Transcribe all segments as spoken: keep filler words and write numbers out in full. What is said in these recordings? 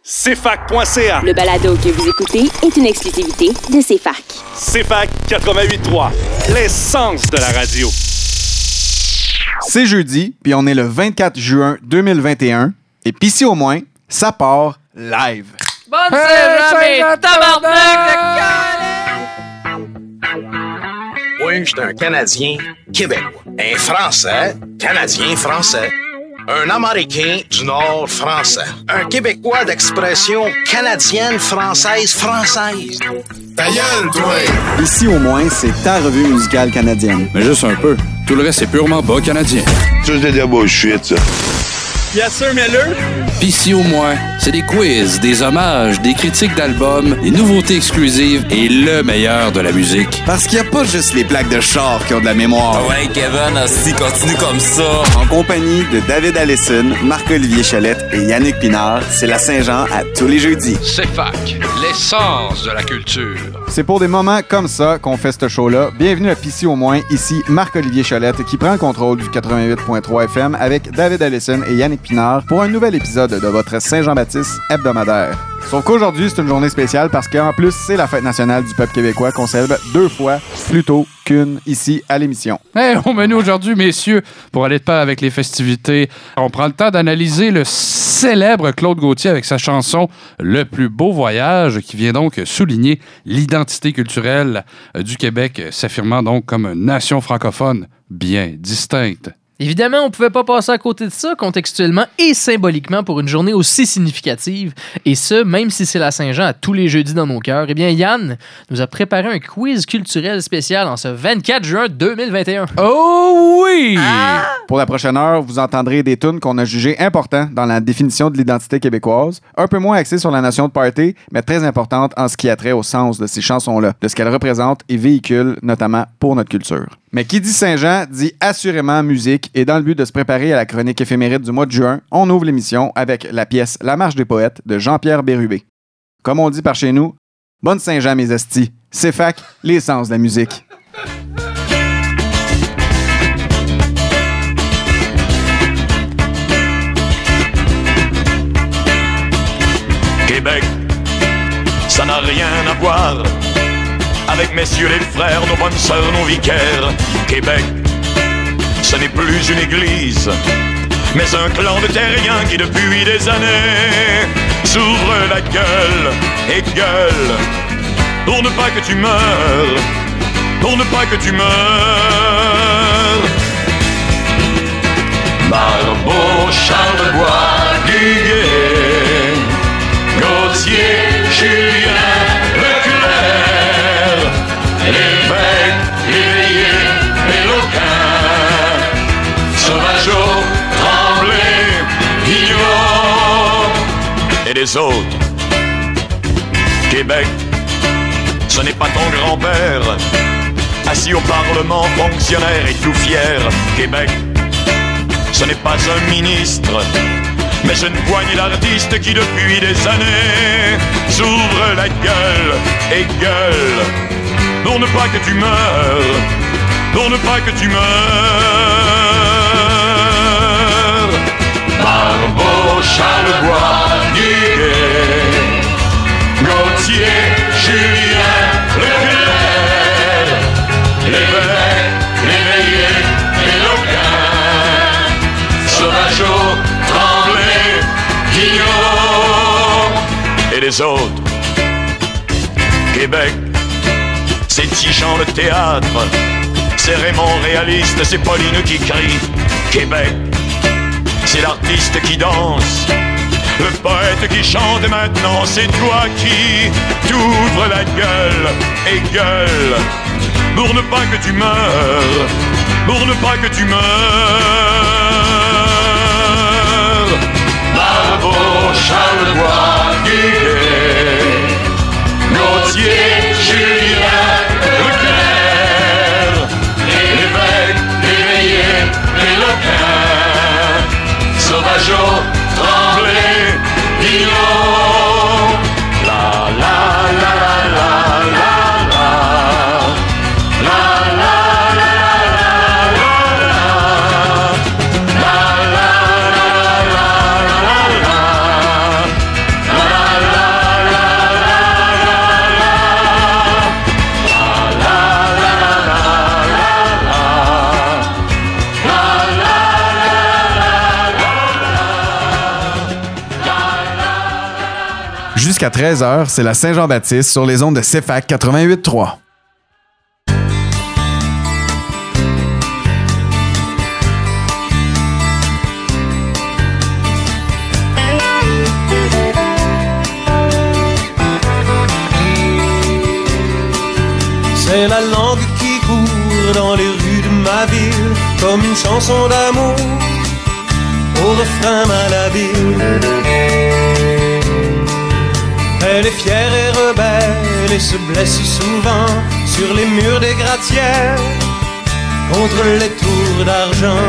C F A C point C A. Le balado que vous écoutez est une exclusivité de C F A C. C F A C quatre-vingt-huit trois, l'essence de la radio. C'est jeudi, puis on est le vingt-quatre juin deux mille vingt et un. Et pis si au moins, ça part live. Bonne Saint-Jean, mes tabarnak de Oui, j'étais un Canadien québécois. Un Français, Canadien français. Un Américain du Nord français. Un Québécois d'expression canadienne, française, française. Ta gueule, toi! Ici au moins, c'est ta revue musicale canadienne. Mais juste un peu. Tout le reste, c'est purement bas canadien. Ça, c'est de la bullshit, ça. Yes, sir, Miller. Pis si au moins, c'est des quiz, des hommages, des critiques d'albums, des nouveautés exclusives et le meilleur de la musique. Parce qu'il n'y a pas juste les plaques de char qui ont de la mémoire. Ouais, Kevin, aussi, continue comme ça. En compagnie de David Allison, Marc-Olivier Chalette et Yannick Pinard, c'est la Saint-Jean à tous les jeudis. C F A C, l'essence de la culture. C'est pour des moments comme ça qu'on fait ce show-là. Bienvenue à Pis si au moins, ici Marc-Olivier Chalette qui prend le contrôle du quatre-vingt-huit point trois F M avec David Allison et Yannick Pinard pour un nouvel épisode de votre Saint-Jean-Baptiste hebdomadaire. Sauf qu'aujourd'hui, c'est une journée spéciale parce qu'en plus, c'est la fête nationale du peuple québécois qu'on célèbre deux fois plutôt qu'une ici à l'émission. Hey, au menu aujourd'hui, messieurs, pour aller de pair avec les festivités, on prend le temps d'analyser le célèbre Claude Gauthier avec sa chanson « Le plus beau voyage » qui vient donc souligner l'identité culturelle du Québec, s'affirmant donc comme une nation francophone bien distincte. Évidemment, on ne pouvait pas passer à côté de ça, contextuellement et symboliquement, pour une journée aussi significative. Et ce, même si c'est la Saint-Jean à tous les jeudis dans nos cœurs. Eh bien, Yann nous a préparé un quiz culturel spécial en ce vingt-quatre juin deux mille vingt et un. Oh oui! Ah! Pour la prochaine heure, vous entendrez des tunes qu'on a jugées importantes dans la définition de l'identité québécoise, un peu moins axées sur la notion de party, mais très importantes en ce qui a trait au sens de ces chansons-là, de ce qu'elles représentent et véhiculent, notamment pour notre culture. Mais qui dit Saint-Jean dit assurément musique, et dans le but de se préparer à la chronique éphéméride du mois de juin, on ouvre l'émission avec la pièce La Marche des poètes de Jean-Pierre Bérubé. Comme on dit par chez nous, bonne Saint-Jean mes estis, C F A C, l'essence de la musique. Québec, ça n'a rien à voir avec messieurs les frères, nos bonnes sœurs, nos vicaires. Québec, ce n'est plus une église, mais un clan de terriens qui depuis des années s'ouvre la gueule et gueule pour ne pas que tu meurs, pour ne pas que tu meurs. Barbeau, Charlebois, Guiguet, Gauthier, Julien, Leclerc, l'évêque, l'éveillé, Péloquin, Sauvageau, Tremblay, Guillaume et les autres. Québec, ce n'est pas ton grand-père, assis au Parlement, fonctionnaire et tout fier. Québec, ce n'est pas un ministre, mais une poignée d'artistes qui depuis des années s'ouvrent la gueule et gueule pour ne pas que tu meurs, pour ne pas que tu meurs. Barbeau, Charlebois, Guiguet, Gauthier, Julien, Leclerc, l'évêque, l'éveillé, Péloquin, Sauvageau, Tremblay, Guillaume et les autres. Québec, c'est Tijan le théâtre, c'est Raymond réaliste, c'est Pauline qui crie. Québec, c'est l'artiste qui danse, le poète qui chante, et maintenant c'est toi qui t'ouvres la gueule et gueule pour ne pas que tu meurs, pour ne pas que tu meurs. Barbeau, Charlebois, Guiguet, Gauthier, Julien, Leclerc, l'évêque, l'éveillé, Péloquin, Sauvageau, Tremblay, Guillaume. La la la la la la la la la la la la la la la la la Jusqu'à treize heures, c'est la Saint-Jean-Baptiste sur les ondes de C F A C quatre-vingt-huit trois. C'est la langue qui court dans les rues de ma ville, comme une chanson d'amour au refrain malhabile. Elle est fière et rebelle et se blesse si souvent sur les murs des gratte-ciels contre les tours d'argent.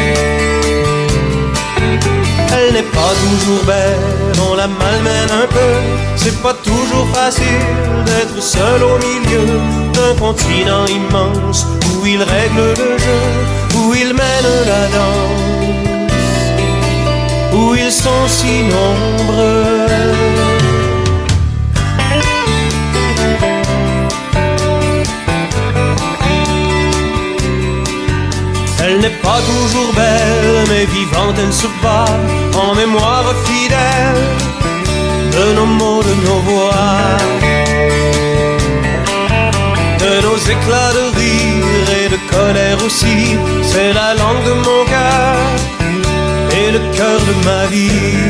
Elle n'est pas toujours belle, on la malmène un peu. C'est pas toujours facile d'être seul au milieu d'un continent immense où il règle le jeu, où il mène la danse, où ils sont si nombreux. Elle n'est pas toujours belle, mais vivante elle se bat en mémoire fidèle de nos mots, de nos voix, de nos éclats de rire et de colère aussi. C'est la langue de mon cœur et le cœur de ma vie.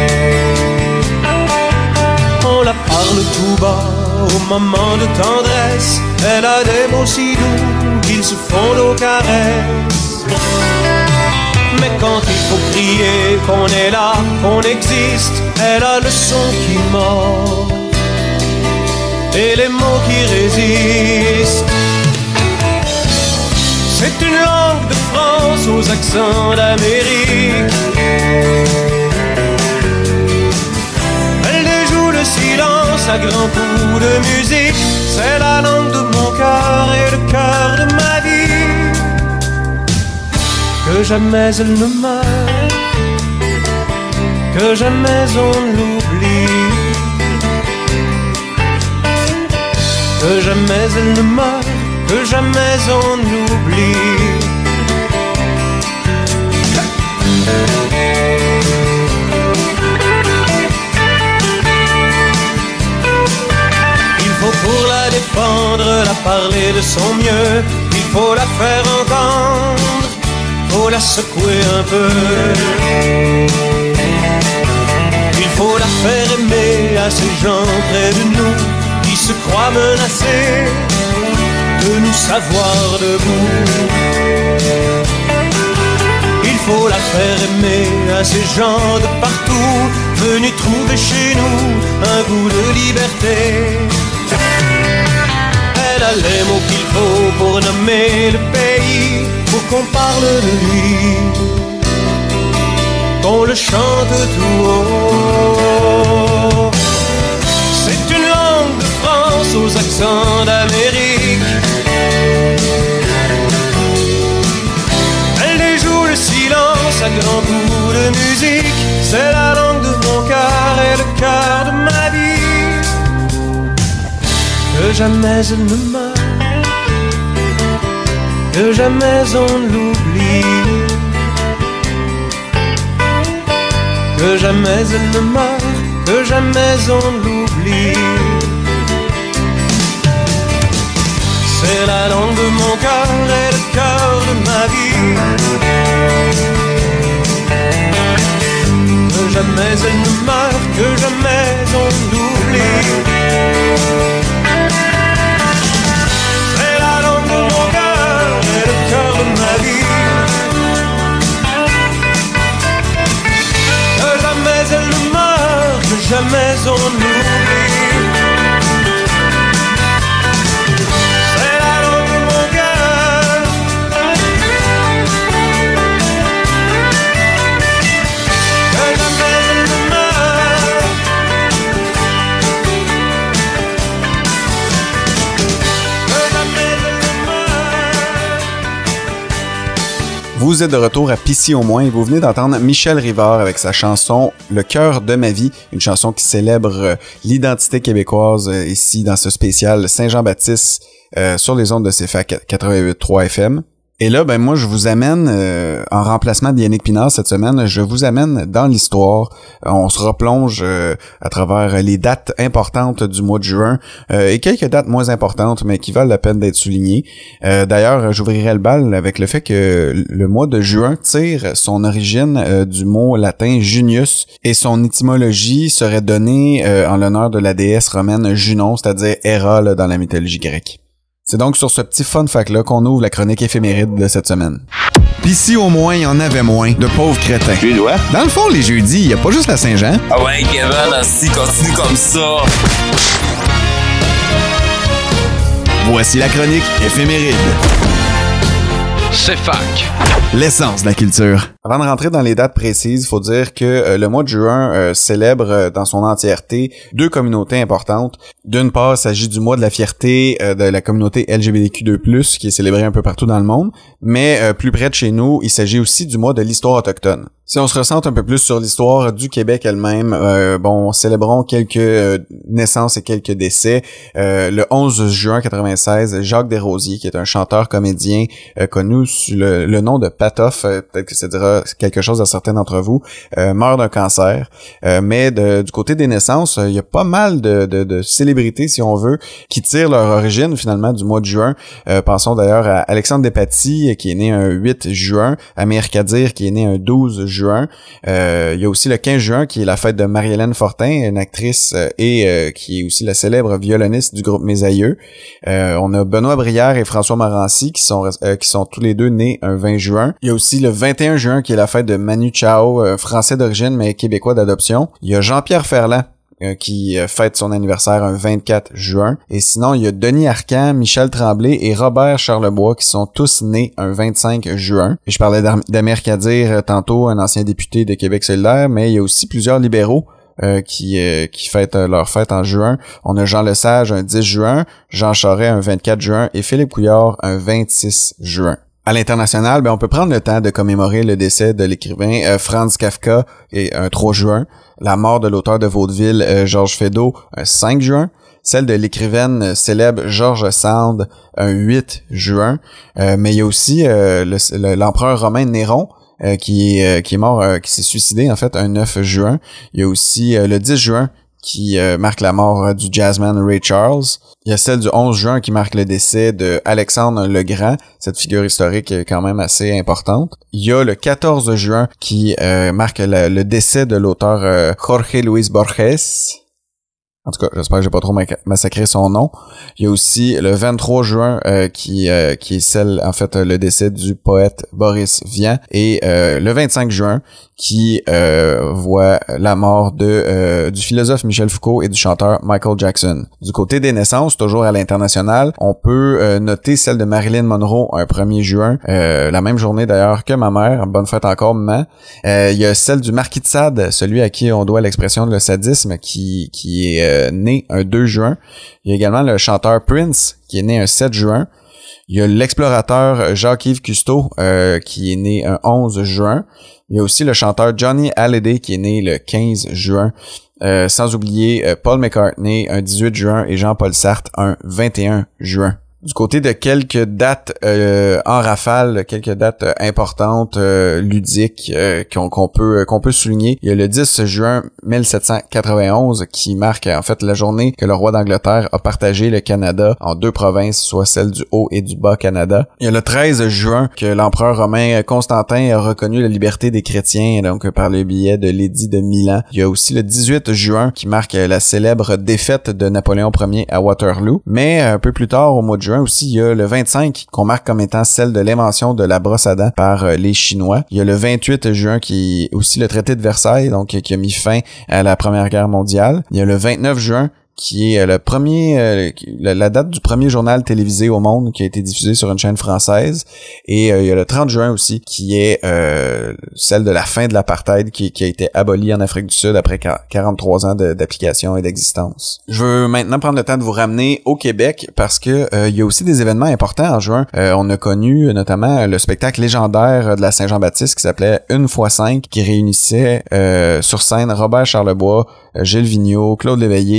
On la parle tout bas au moment de tendresse. Elle a des mots si doux qu'ils se fondent aux caresses. Mais quand il faut crier qu'on est là, qu'on existe, elle a le son qui mord et les mots qui résistent. C'est une langue de France aux accents d'Amérique. Elle déjoue le silence à grands coups de musique. C'est la langue de mon cœur et le cœur de ma vie. Que jamais elle ne meurt, que jamais on l'oublie, que jamais elle ne meurt, que jamais on l'oublie. Il faut pour la défendre, la parler de son mieux, il faut la faire entendre, faut la secouer un peu. Il faut la faire aimer à ces gens près de nous qui se croient menacés de nous savoir debout. Il faut la faire aimer à ces gens de partout venus trouver chez nous un goût de liberté. Elle a les mots qu'il faut pour nommer le pays, pour qu'on parle de lui, qu'on le chante tout haut. C'est une langue de France aux accents d'Amérique. Elle déjoue le silence à grands coups de musique. C'est la langue de mon cœur et le cœur de ma vie. Que jamais elle ne meurt, que jamais on l'oublie, que jamais elle ne meurt, que jamais on l'oublie. C'est la langue de mon cœur et le cœur de ma vie. Que jamais elle ne meurt, que jamais on l'oublie. C'est la langue de mon cœur et le cœur de ma vie. Que jamais elle ne meurt, que jamais on l'oublie. C'est la langue de mon cœur. Que jamais elle ne meurt. Que jamais elle ne meurt. Vous êtes de retour à Pissy au moins et vous venez d'entendre Michel Rivard avec sa chanson « Le cœur de ma vie », une chanson qui célèbre euh, l'identité québécoise euh, ici dans ce spécial Saint-Jean-Baptiste euh, sur les ondes de C F A C quatre-vingt-huit trois F M. Et là, ben moi, je vous amène, euh, en remplacement d'Yannick Pinard cette semaine, je vous amène dans l'histoire. On se replonge euh, à travers les dates importantes du mois de juin euh, et quelques dates moins importantes, mais qui valent la peine d'être soulignées. Euh, d'ailleurs, j'ouvrirai le bal avec le fait que le mois de juin tire son origine euh, du mot latin Junius et son étymologie serait donnée euh, en l'honneur de la déesse romaine Junon, c'est-à-dire Héra là, dans la mythologie grecque. C'est donc sur ce petit fun fact-là qu'on ouvre la chronique éphéméride de cette semaine. Pis si au moins il y en avait moins de pauvres crétins. Tu dois? Dans le fond, les jeudis, il y a pas juste la Saint-Jean. Ah ouais, Kevin, si continue comme ça. Voici la chronique éphéméride. C'est fac. L'essence de la culture. Avant de rentrer dans les dates précises, il faut dire que euh, le mois de juin euh, célèbre euh, dans son entièreté deux communautés importantes. D'une part, il s'agit du mois de la fierté euh, de la communauté L G B T Q deux plus, qui est célébré un peu partout dans le monde. Mais euh, plus près de chez nous, il s'agit aussi du mois de l'histoire autochtone. Si on se ressente un peu plus sur l'histoire du Québec elle-même, euh, bon, célébrons quelques euh, naissances et quelques décès. Euh, le onze juin quatre-vingt-seize, Jacques Desrosiers, qui est un chanteur-comédien euh, connu sous le, le nom de Patoff, euh, peut-être que ça dira quelque chose à certains d'entre vous, euh, meurt d'un cancer. Euh, mais de, du côté des naissances, il euh, y a pas mal de, de, de célébrités, si on veut, qui tirent leur origine finalement du mois de juin. Euh, pensons d'ailleurs à Alexandre Despatie, qui est né un huit juin, Amir Kadir, qui est né un douze juin. Euh, il y a aussi le quinze juin qui est la fête de Marie-Hélène Fortin, une actrice euh, et euh, qui est aussi la célèbre violoniste du groupe Mes Aïeux. Euh, on a Benoît Brière et François Morancy qui sont euh, qui sont tous les deux nés un vingt juin. Il y a aussi le vingt et un juin qui est la fête de Manu Chao, euh, français d'origine mais québécois d'adoption. Il y a Jean-Pierre Ferland qui fête son anniversaire un vingt-quatre juin. Et sinon, il y a Denis Arcand, Michel Tremblay et Robert Charlebois qui sont tous nés un vingt-cinq juin. Et je parlais d'Amir Kadir tantôt, un ancien député de Québec solidaire, mais il y a aussi plusieurs libéraux euh, qui euh, qui fêtent leur fête en juin. On a Jean Lesage un dix juin, Jean Charest un vingt-quatre juin et Philippe Couillard un vingt-six juin. À l'international, ben on peut prendre le temps de commémorer le décès de l'écrivain euh, Franz Kafka et un trois juin, la mort de l'auteur de Vaudeville euh, Georges Feydeau un cinq juin, celle de l'écrivaine célèbre George Sand un huit juin, euh, mais il y a aussi euh, le, le, l'empereur romain Néron euh, qui est euh, qui est mort, euh, qui s'est suicidé en fait un neuf juin. Il y a aussi euh, le dix juin qui euh, marque la mort euh, du jazzman Ray Charles. Il y a celle du onze juin qui marque le décès de Alexandre le Grand, cette figure historique quand même assez importante. Il y a le quatorze juin qui euh, marque la, le décès de l'auteur euh, Jorge Luis Borges. En tout cas, j'espère que j'ai pas trop massacré son nom. Il y a aussi le vingt-trois juin euh, qui euh, qui est celle en fait le décès du poète Boris Vian et euh, le vingt-cinq juin qui euh, voit la mort de euh, du philosophe Michel Foucault et du chanteur Michael Jackson. Du côté des naissances, toujours à l'international, on peut euh, noter celle de Marilyn Monroe un premier juin, euh, la même journée d'ailleurs que ma mère. Bonne fête encore, maman. Euh, il y a celle du Marquis de Sade, celui à qui on doit l'expression de le sadisme, qui qui est euh, né un deux juin. Il y a également le chanteur Prince qui est né un sept juin. Il y a l'explorateur Jacques-Yves Cousteau euh, qui est né un onze juin. Il y a aussi le chanteur Johnny Hallyday qui est né le quinze juin. Euh, sans oublier euh, Paul McCartney un dix-huit juin et Jean-Paul Sartre un vingt et un juin. Du côté de quelques dates euh, en rafale, quelques dates euh, importantes, euh, ludiques, euh, qu'on, qu'on peut euh, qu'on peut souligner. Il y a le dix juin mille sept cent quatre-vingt-onze qui marque en fait la journée que le roi d'Angleterre a partagé le Canada en deux provinces, soit celle du Haut et du Bas Canada. Il y a le treize juin que l'empereur romain Constantin a reconnu la liberté des chrétiens, donc par le biais de l'édit de Milan. Il y a aussi le dix-huit juin qui marque la célèbre défaite de Napoléon Ier à Waterloo. Mais un peu plus tard, au mois de juin aussi, il y a le vingt-cinq qu'on marque comme étant celle de l'invention de la brosse à dents par euh, les Chinois. Il y a le vingt-huit juin qui est aussi le traité de Versailles, donc qui a mis fin à la Première Guerre mondiale. Il y a le vingt-neuf juin qui est le premier, euh, la, la date du premier journal télévisé au monde qui a été diffusé sur une chaîne française. Et euh, il y a le trente juin aussi qui est euh, celle de la fin de l'apartheid qui, qui a été abolie en Afrique du Sud après quarante-trois ans de, d'application et d'existence. Je veux maintenant prendre le temps de vous ramener au Québec parce que euh, il y a aussi des événements importants en juin. Euh, on a connu notamment le spectacle légendaire de la Saint-Jean-Baptiste qui s'appelait Une fois cinq qui réunissait euh, sur scène Robert Charlebois, Gilles Vigneault, Claude Léveillé, Yvon Deschamps,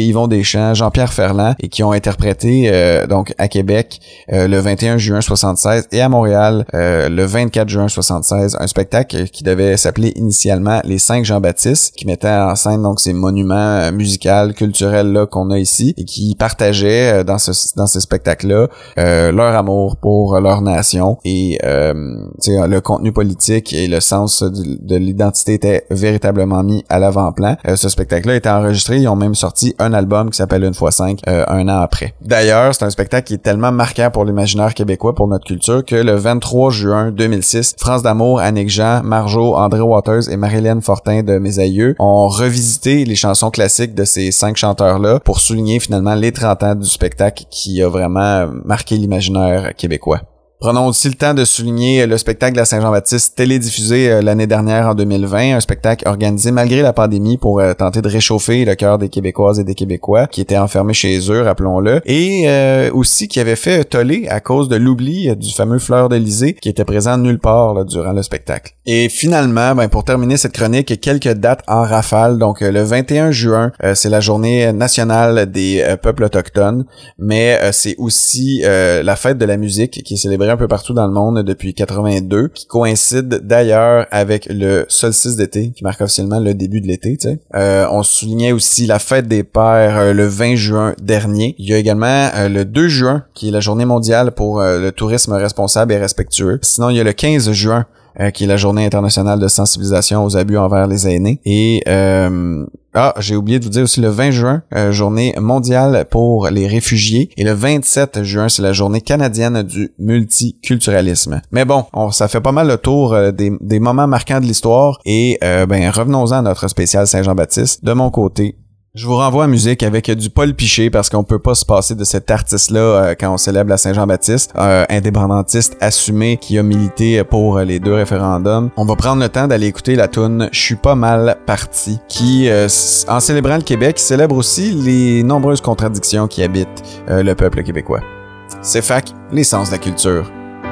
Deschamps, Jean-Pierre Ferland et qui ont interprété euh, donc à Québec euh, le vingt et un juin soixante-seize et à Montréal euh, le vingt-quatre juin soixante-seize un spectacle qui devait s'appeler initialement Les Cinq Jean-Baptiste, qui mettait en scène donc ces monuments euh, musicaux, culturels là qu'on a ici et qui partageaient euh, dans ce dans ces spectacles-là euh, leur amour pour leur nation et euh, le contenu politique et le sens de, de l'identité était véritablement mis à l'avant-plan. Euh, ce spectacle-là était enregistré, ils ont même sorti un album qui s'appelle Une fois cinq euh, un an après. D'ailleurs, c'est un spectacle qui est tellement marquant pour l'imaginaire québécois, pour notre culture, que le vingt-trois juin deux mille six, France d'amour, Annick Jean, Marjo, André Waters et Marie-Hélène Fortin de Mes Aïeux ont revisité les chansons classiques de ces cinq chanteurs-là pour souligner finalement les trente ans du spectacle qui a vraiment marqué l'imaginaire québécois. Prenons aussi le temps de souligner le spectacle de la Saint-Jean-Baptiste télédiffusé euh, l'année dernière en deux mille vingt, un spectacle organisé malgré la pandémie pour euh, tenter de réchauffer le cœur des Québécoises et des Québécois qui étaient enfermés chez eux, rappelons-le, et euh, aussi qui avait fait toller à cause de l'oubli euh, du fameux Fleur d'Élysée qui était présent nulle part là, durant le spectacle. Et finalement, ben pour terminer cette chronique, quelques dates en rafale. Donc euh, le vingt et un juin, euh, c'est la journée nationale des euh, peuples autochtones, mais euh, c'est aussi euh, la fête de la musique qui est célébrée un peu partout dans le monde depuis quatre-vingt-deux, qui coïncide d'ailleurs avec le solstice d'été, qui marque officiellement le début de l'été, tu sais. Euh, on soulignait aussi la fête des pères euh, le vingt juin dernier. Il y a également euh, le deux juin, qui est la journée mondiale pour euh, le tourisme responsable et respectueux. Sinon, il y a le quinze juin, Euh, qui est la journée internationale de sensibilisation aux abus envers les aînés. Et euh, ah, j'ai oublié de vous dire aussi le vingt juin, euh, journée mondiale pour les réfugiés. Et le vingt-sept juin, c'est la journée canadienne du multiculturalisme. Mais bon, on, ça fait pas mal le tour euh, des, des moments marquants de l'histoire. Et euh, ben revenons-en à notre spécial Saint-Jean-Baptiste. De mon côté, je vous renvoie à musique avec du Paul Piché parce qu'on peut pas se passer de cet artiste-là euh, quand on célèbre la Saint-Jean-Baptiste, euh, indépendantiste assumé qui a milité pour les deux référendums. On va prendre le temps d'aller écouter la toune Je suis pas mal parti, qui, euh, en célébrant le Québec, célèbre aussi les nombreuses contradictions qui habitent euh, le peuple québécois. C'est F A Q, l'essence de la culture.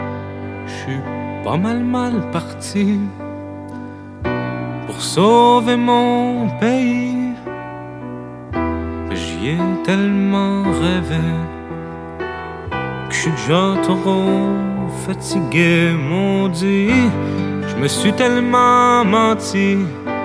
Je suis pas mal mal parti pour sauver mon pays. J'y ai tellement rêvé que je suis déjà trop fatigué, maudit. Je me suis tellement menti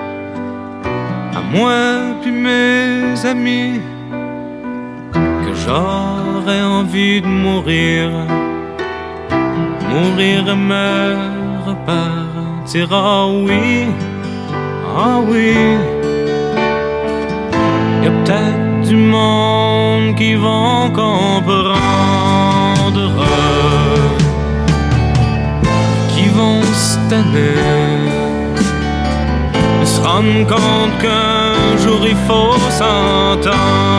à moi puis mes amis que j'aurais envie de mourir, mourir et me repartir. Ah oui, ah oui. Y'a peut-être du monde qui vont comprendre, qui vont se tanner, se rendre compte qu'un jour il faut s'entendre,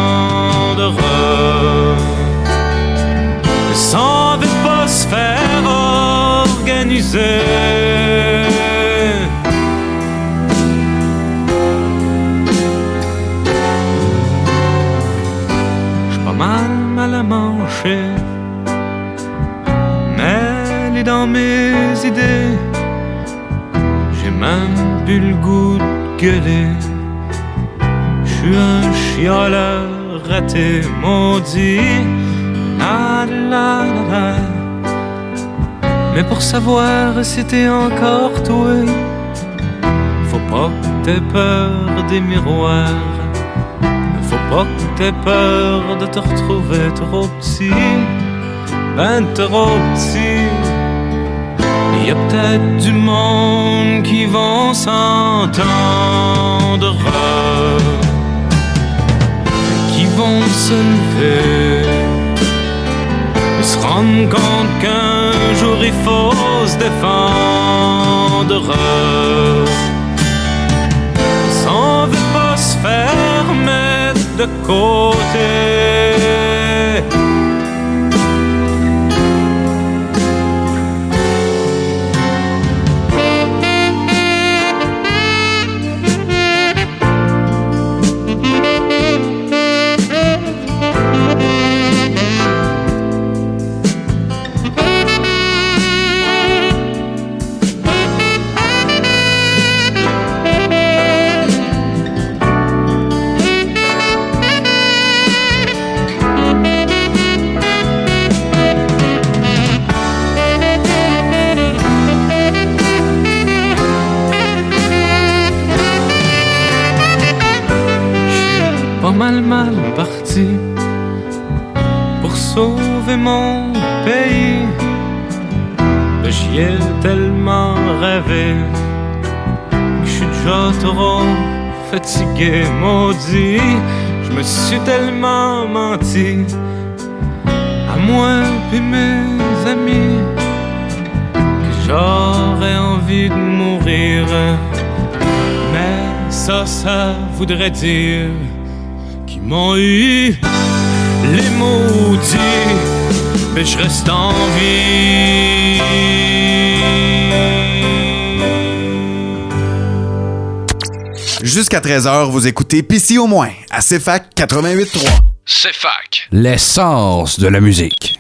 sans veut pas se faire organiser. Mal, mal à manger, mêlé dans mes idées. J'ai même plus le goût de gueuler. J'suis un chialeur raté, maudit. La la la la. Mais pour savoir si t'es encore toi, faut pas que t'aies peur des miroirs. Faut pas que t'aies peur de te retrouver trop petit, ben trop petit. Y'a peut-être du monde qui vont s'entendre, qui vont se lever, se rendre compte qu'un jour il faut se défendre, sans veut pas se faire mettre de côté. pas mal mal parti pour sauver mon pays. Mais j'y ai tellement rêvé que je suis déjà trop fatigué, maudit. Je me suis tellement menti à moi et mes amis que j'aurais envie de mourir. Mais ça, ça voudrait dire qu'ils m'ont eu, les maudits. Mais je reste en vie. Jusqu'à treize heures, vous écoutez P C au moins à C F A C quatre-vingt-huit trois. C F A C. L'essence de la musique.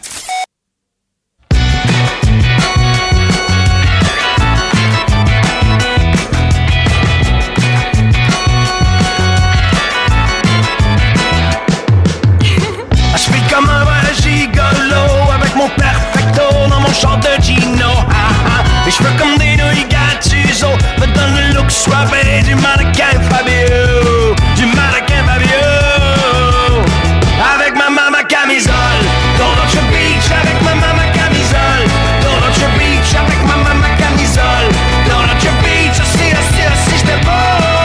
Je fais comme un vrai gigolo avec mon perfecto dans mon char de Gino. Ah, ah. Et je fais comme des nouilles Gattuso, me donne le look soivé du mannequin Fabio, du mannequin Fabio. Avec ma maman camisole, dans l'autre beach avec ma maman camisole, dans l'autre beach avec ma maman camisole, dans l'autre beach assis, assis, assis, j'étais beau.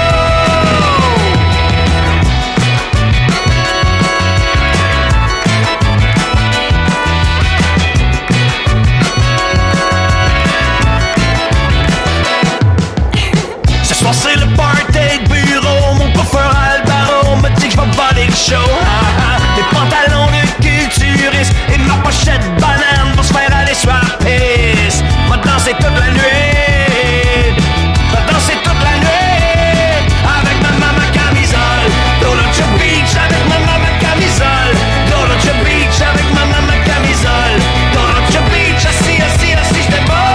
C'est le party de bureau, mon coiffeur Alvaro me dit que je vais voler le show. Ah, ah. Des pantalons de culturiste et ma pochette banane pour se faire aller sur la piste. Va danser toute la nuit, va danser toute la nuit avec ma maman camisole. Dans le beach avec ma maman camisole, dans le beach avec ma maman camisole, dans le beach assis, assis, assis, j'étais beau.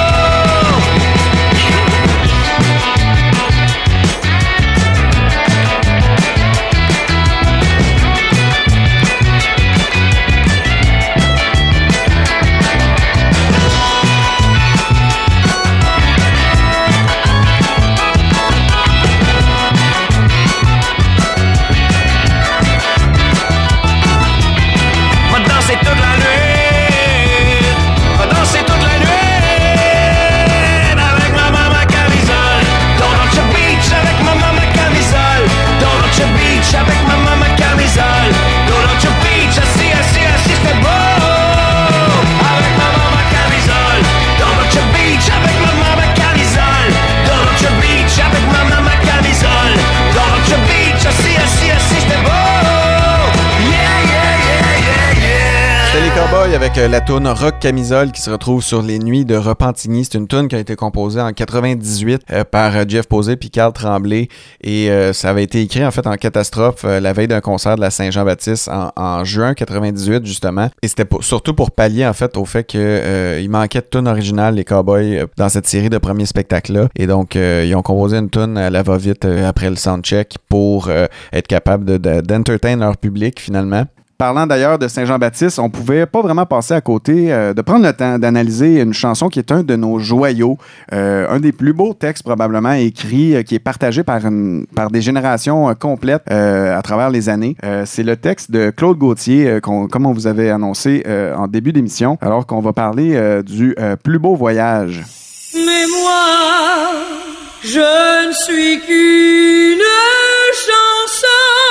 Avec la toune Rock Camisole qui se retrouve sur Les Nuits de Repentigny. C'est une toune qui a été composée en quatre-vingt-dix-huit euh, par euh, Jeff Posey puis Carl Tremblay et euh, ça avait été écrit en fait en catastrophe euh, la veille d'un concert de la Saint-Jean-Baptiste en, en juin quatre-vingt-dix-huit justement. Et c'était pour, surtout pour pallier en fait au fait que euh, il manquait de toune originale les Cowboys euh, dans cette série de premiers spectacles-là. Et donc euh, ils ont composé une toune à la va-vite euh, après le soundcheck pour euh, être capable de, de, d'entertain leur public finalement. Parlant d'ailleurs de Saint-Jean-Baptiste, on pouvait pas vraiment passer à côté euh, de prendre le temps d'analyser une chanson qui est un de nos joyaux, euh, un des plus beaux textes probablement écrits, euh, qui est partagé par, une, par des générations euh, complètes euh, à travers les années. Euh, c'est le texte de Claude Gauthier, euh, qu'on, comme on vous avait annoncé euh, en début d'émission, alors qu'on va parler euh, du euh, plus beau voyage. Mais moi, je ne suis qu'une chanson.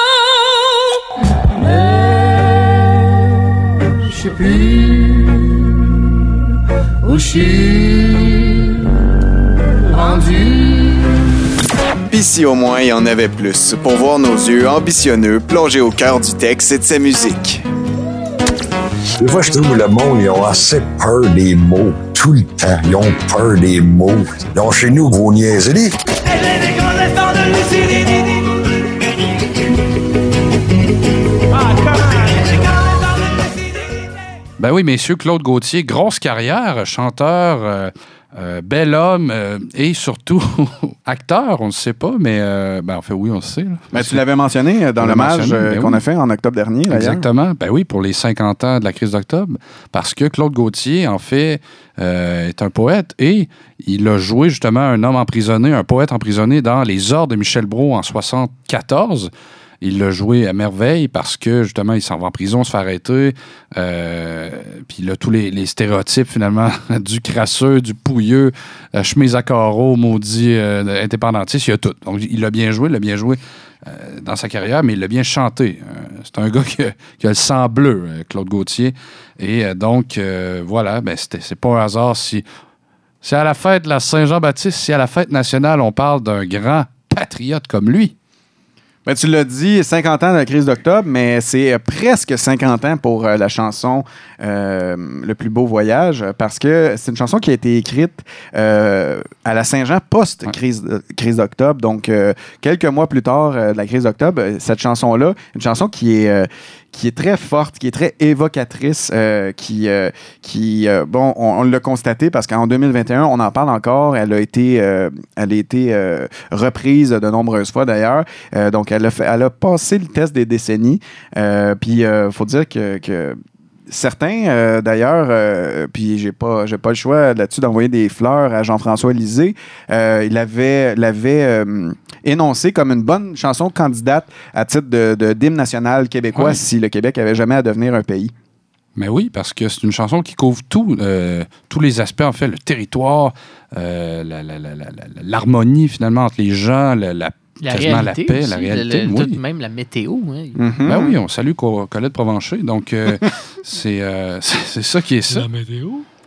Je sais plus où je suis rendu. Pis si au moins il y en avait plus, pour voir nos yeux ambitionneux plonger au cœur du texte et de sa musique. Des fois, je trouve que le monde, ils ont assez peur des mots. Tout le temps, ils ont peur des mots. Donc, chez nous, vos niaiseries. Ben oui, messieurs, Claude Gauthier, grosse carrière, chanteur, euh, euh, bel homme euh, et surtout acteur, on ne sait pas, mais euh, ben, en fait, oui, on le sait. Là. Ben, tu l'avais mentionné dans l'hommage ben qu'on oui. a fait en octobre dernier. D'ailleurs. Exactement. Ben oui, pour les cinquante ans de la crise d'octobre, parce que Claude Gauthier, en fait, euh, est un poète et il a joué justement un homme emprisonné, un poète emprisonné dans Les Ordres de Michel Brault en soixante-quatorze. il l'a joué à merveille parce que, justement, il s'en va en prison, se fait arrêter. Euh, puis là, tous les, les stéréotypes, finalement, du crasseux, du pouilleux, euh, chemise à carreaux, maudit euh, indépendantiste, il y a tout. Donc, il l'a bien joué, il l'a bien joué euh, dans sa carrière, mais il l'a bien chanté. Euh, c'est un gars qui a, qui a le sang bleu, euh, Claude Gauthier. Et euh, donc, euh, voilà, ben, c'était, c'est pas un hasard si... C'est à la fête de la Saint-Jean-Baptiste, si à la fête nationale, on parle d'un grand patriote comme lui. Ben, tu l'as dit, cinquante ans de la crise d'octobre, mais c'est presque cinquante ans pour euh, la chanson euh, Le plus beau voyage, parce que c'est une chanson qui a été écrite euh, à la Saint-Jean post-crise ouais. crise d'octobre. Donc, euh, quelques mois plus tard euh, de la crise d'octobre, cette chanson-là, une chanson qui est... Euh, qui est très forte, qui est très évocatrice, euh, qui, euh, qui euh, bon, on, on l'a constaté parce qu'en deux mille vingt et un, on en parle encore, elle a été, euh, elle a été euh, reprise de nombreuses fois d'ailleurs, euh, donc elle a, fait, elle a passé le test des décennies, euh, puis il euh, faut dire que, que certains, euh, d'ailleurs, euh, puis j'ai pas, j'ai pas le choix là-dessus d'envoyer des fleurs à Jean-François Lisée, euh, il avait, l'avait euh, énoncé comme une bonne chanson candidate à titre de, de d'hymne national québécois ouais. si le Québec avait jamais à devenir un pays. Mais oui, parce que c'est une chanson qui couvre tout, euh, tous les aspects, en fait, le territoire, euh, la, la, la, la, l'harmonie, finalement, entre les gens, la, la La réalité, la paix, aussi, la réalité, le, oui. tout, même la météo. Hein. Mm-hmm. Ben oui, on salue Colette Provencher. Donc, euh, c'est, euh, c'est, c'est ça qui est ça. La météo?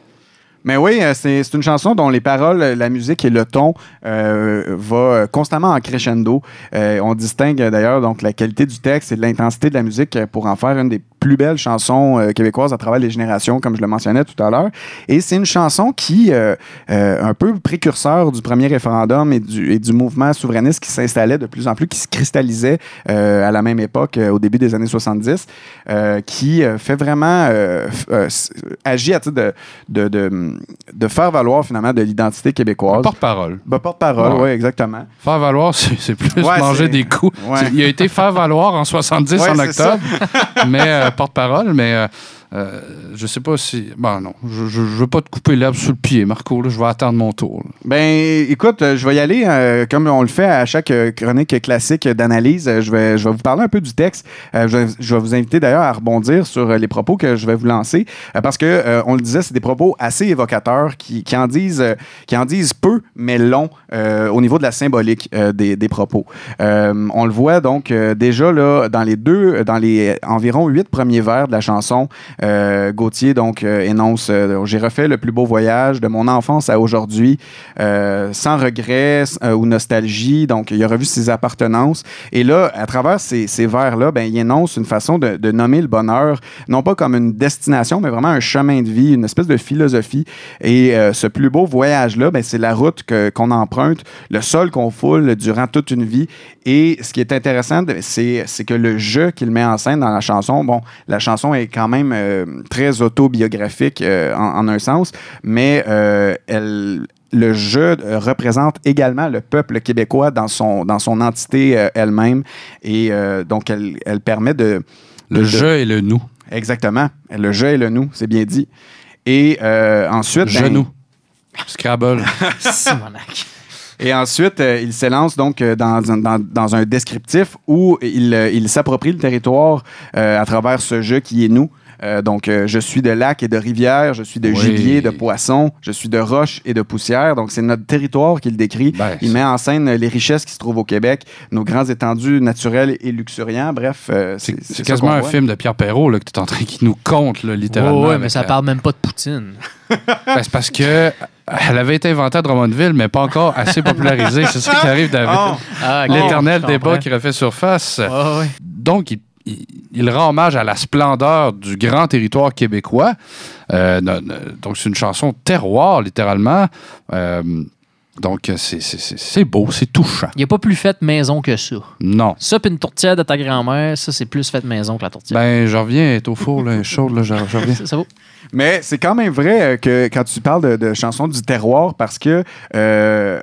Mais oui, c'est, c'est une chanson dont les paroles, la musique et le ton euh, va constamment en crescendo. Euh, on distingue d'ailleurs donc la qualité du texte et de l'intensité de la musique pour en faire une des plus belles chansons euh, québécoises à travers les générations, comme je le mentionnais tout à l'heure. Et c'est une chanson qui, euh, euh, un peu précurseur du premier référendum et du, et du mouvement souverainiste qui s'installait de plus en plus, qui se cristallisait euh, à la même époque, euh, au début des années soixante-dix, euh, qui euh, fait vraiment euh, euh, agit à titre de, de, de, de faire valoir finalement de l'identité québécoise. Porte-parole. Bah, porte-parole, oui, ouais, exactement. Faire valoir, c'est, c'est plus ouais, manger c'est... des coups. Ouais. Il a été faire valoir en soixante-dix ouais, en octobre, mais euh, porte-parole, mais euh, euh, je sais pas si... Bon, non, je, je, je veux pas te couper l'herbe sous le pied, Marco, là, je vais attendre mon tour. Là. Ben, écoute, je vais y aller, euh, comme on le fait à chaque chronique classique d'analyse, je vais, je vais vous parler un peu du texte. Euh, je, je vais vous inviter d'ailleurs à rebondir sur les propos que je vais vous lancer, euh, parce que, euh, on le disait, c'est des propos assez évocateurs qui, qui, en, disent, euh, qui en disent peu, mais long, euh, au niveau de la symbolique euh, des, des propos. Euh, on le voit donc euh, déjà là, dans les deux, dans les environ huit premiers vers de la chanson, Euh, Gauthier donc euh, énonce euh, j'ai refait le plus beau voyage de mon enfance à aujourd'hui, euh, sans regret euh, ou nostalgie. Donc il a revu ses appartenances et là à travers ces, ces vers là, ben il énonce une façon de, de nommer le bonheur, non pas comme une destination mais vraiment un chemin de vie, une espèce de philosophie. Et euh, ce plus beau voyage là, ben c'est la route que, qu'on emprunte, le sol qu'on foule durant toute une vie. Et ce qui est intéressant, c'est, c'est que le jeu qu'il met en scène dans la chanson, bon, la chanson est quand même euh, très autobiographique euh, en, en un sens, mais euh, elle, le jeu euh, représente également le peuple québécois dans son, dans son entité euh, elle-même. Et euh, donc, elle, elle permet de... Le de, jeu et le nous. Exactement. Le jeu et le nous, c'est bien dit. Et euh, ensuite... Genou. Ben, Scrabble. Simonac. Et ensuite, euh, il s'élance donc euh, dans, dans, dans un descriptif où il, euh, il s'approprie le territoire euh, à travers ce jeu qui est nous. Euh, donc, euh, je suis de lacs et de rivières, je suis de oui. gibier, de poissons, je suis de roches et de poussière. Donc, c'est notre territoire qu'il décrit. Ben, il met en scène les richesses qui se trouvent au Québec, nos grands étendues naturels et luxuriants. Bref, euh, c'est, c'est, c'est quasiment un film de Pierre Perrault là, que tu es en train qui nous conte, là, littéralement. Oh, oui, mais ça la... parle même pas de Poutine. Ben, c'est parce que elle avait été inventée à Drummondville, mais pas encore assez popularisée. C'est ça qui arrive, David. Oh. Ah, l'éternel oh, débat qui refait surface. Oh, oui. Donc, il Il, il rend hommage à la splendeur du grand territoire québécois. Euh, donc, c'est une chanson terroir, littéralement. Euh, donc, c'est, c'est, c'est, c'est beau, c'est touchant. Il n'y a pas plus fait maison que ça. Non. Ça, puis une tourtière de ta grand-mère, ça, c'est plus fait maison que la tourtière. Ben, je reviens, elle est au four, là, elle est chaude, là, je, je reviens. ça, ça vaut. Mais c'est quand même vrai que quand tu parles de, de chansons du terroir, parce que euh,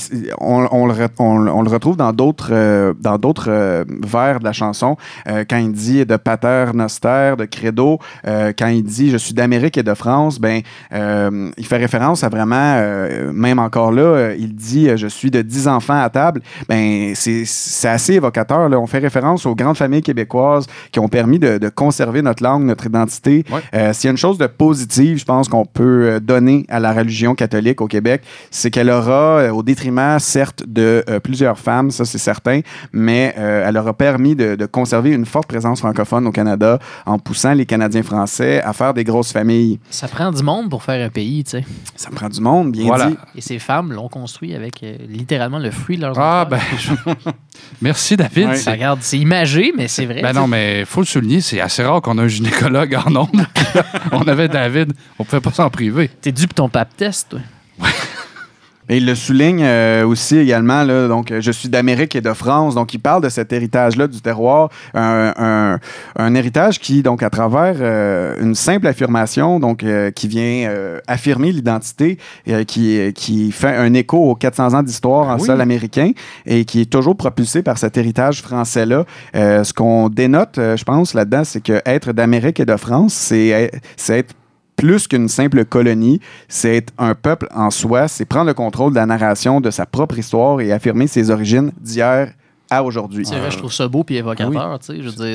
on, on, le, on, on le retrouve dans d'autres, euh, dans d'autres euh, vers de la chanson, euh, quand il dit de pater noster, de credo, euh, quand il dit je suis d'Amérique et de France, ben euh, il fait référence à vraiment, euh, même encore là, euh, il dit euh, « Je suis de dix enfants à table », ben, c'est, c'est assez évocateur. Là. On fait référence aux grandes familles québécoises qui ont permis de, de conserver notre langue, notre identité. Ouais. Euh, s'il y a une chose de positive, je pense qu'on peut donner à la religion catholique au Québec, c'est qu'elle aura, euh, au détriment, certes, de euh, plusieurs femmes, ça c'est certain, mais euh, elle aura permis de, de conserver une forte présence francophone au Canada en poussant les Canadiens français à faire des grosses familles. Ça prend du monde pour faire un pays, tu sais. Ça prend du monde, bien voilà. dit. Et ces femmes l'ont construit avec euh, littéralement le fruit de leurs Ah, ben, je... merci David. Ouais. C'est... Regarde, c'est imagé, mais c'est vrai. Ben non, mais il faut le souligner, c'est assez rare qu'on a un gynécologue en ondes. On avait David, on ne pouvait pas s'en priver. T'es dû pour ton pap test, toi. Ouais. Et il le souligne euh, aussi également, là, donc je suis d'Amérique et de France, donc il parle de cet héritage-là du terroir, un, un, un héritage qui, donc à travers euh, une simple affirmation, donc euh, qui vient euh, affirmer l'identité, euh, qui, qui fait un écho aux quatre cents ans d'histoire en oui. sol américain et qui est toujours propulsé par cet héritage français-là. Euh, ce qu'on dénote, euh, je pense, là-dedans, c'est que être d'Amérique et de France, c'est, c'est être plus qu'une simple colonie, c'est être un peuple en soi, c'est prendre le contrôle de la narration de sa propre histoire et affirmer ses origines d'hier à aujourd'hui. C'est vrai, je trouve ça beau et évocateur. Oui. Tu sais, je veux dire,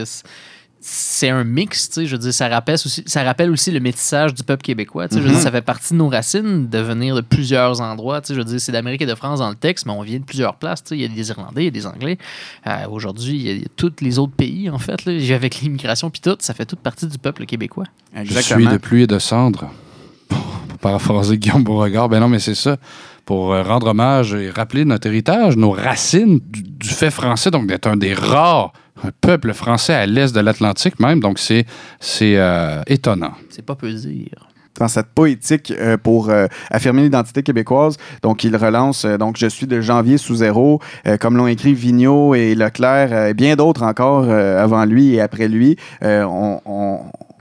c'est un mix. Tu sais, je veux dire, ça rappelle aussi, ça rappelle aussi le métissage du peuple québécois. Tu sais, mm-hmm. Je veux dire, ça fait partie de nos racines de venir de plusieurs endroits. Tu sais, je veux dire, c'est d'Amérique et de France dans le texte, mais on vient de plusieurs places. Tu sais, il y a des Irlandais, il y a des Anglais. Euh, aujourd'hui, il y, a, il y a tous les autres pays, en fait. Là, avec l'immigration puis tout, ça fait toute partie du peuple québécois. Exactement. Je suis de pluie et de cendres. Pour, pour paraphraser Guillaume Beauregard, ben non, mais c'est ça. Pour rendre hommage et rappeler notre héritage, nos racines du, du fait français, donc d'être un des rares un peuple français à l'est de l'Atlantique même, donc c'est, c'est euh, étonnant. C'est pas peu dire. Dans cette poétique euh, pour euh, affirmer l'identité québécoise. Donc, il relance euh, « Donc, je suis de janvier sous zéro euh, », comme l'ont écrit Vigneault et Leclerc, euh, et bien d'autres encore euh, avant lui et après lui. Euh, on... on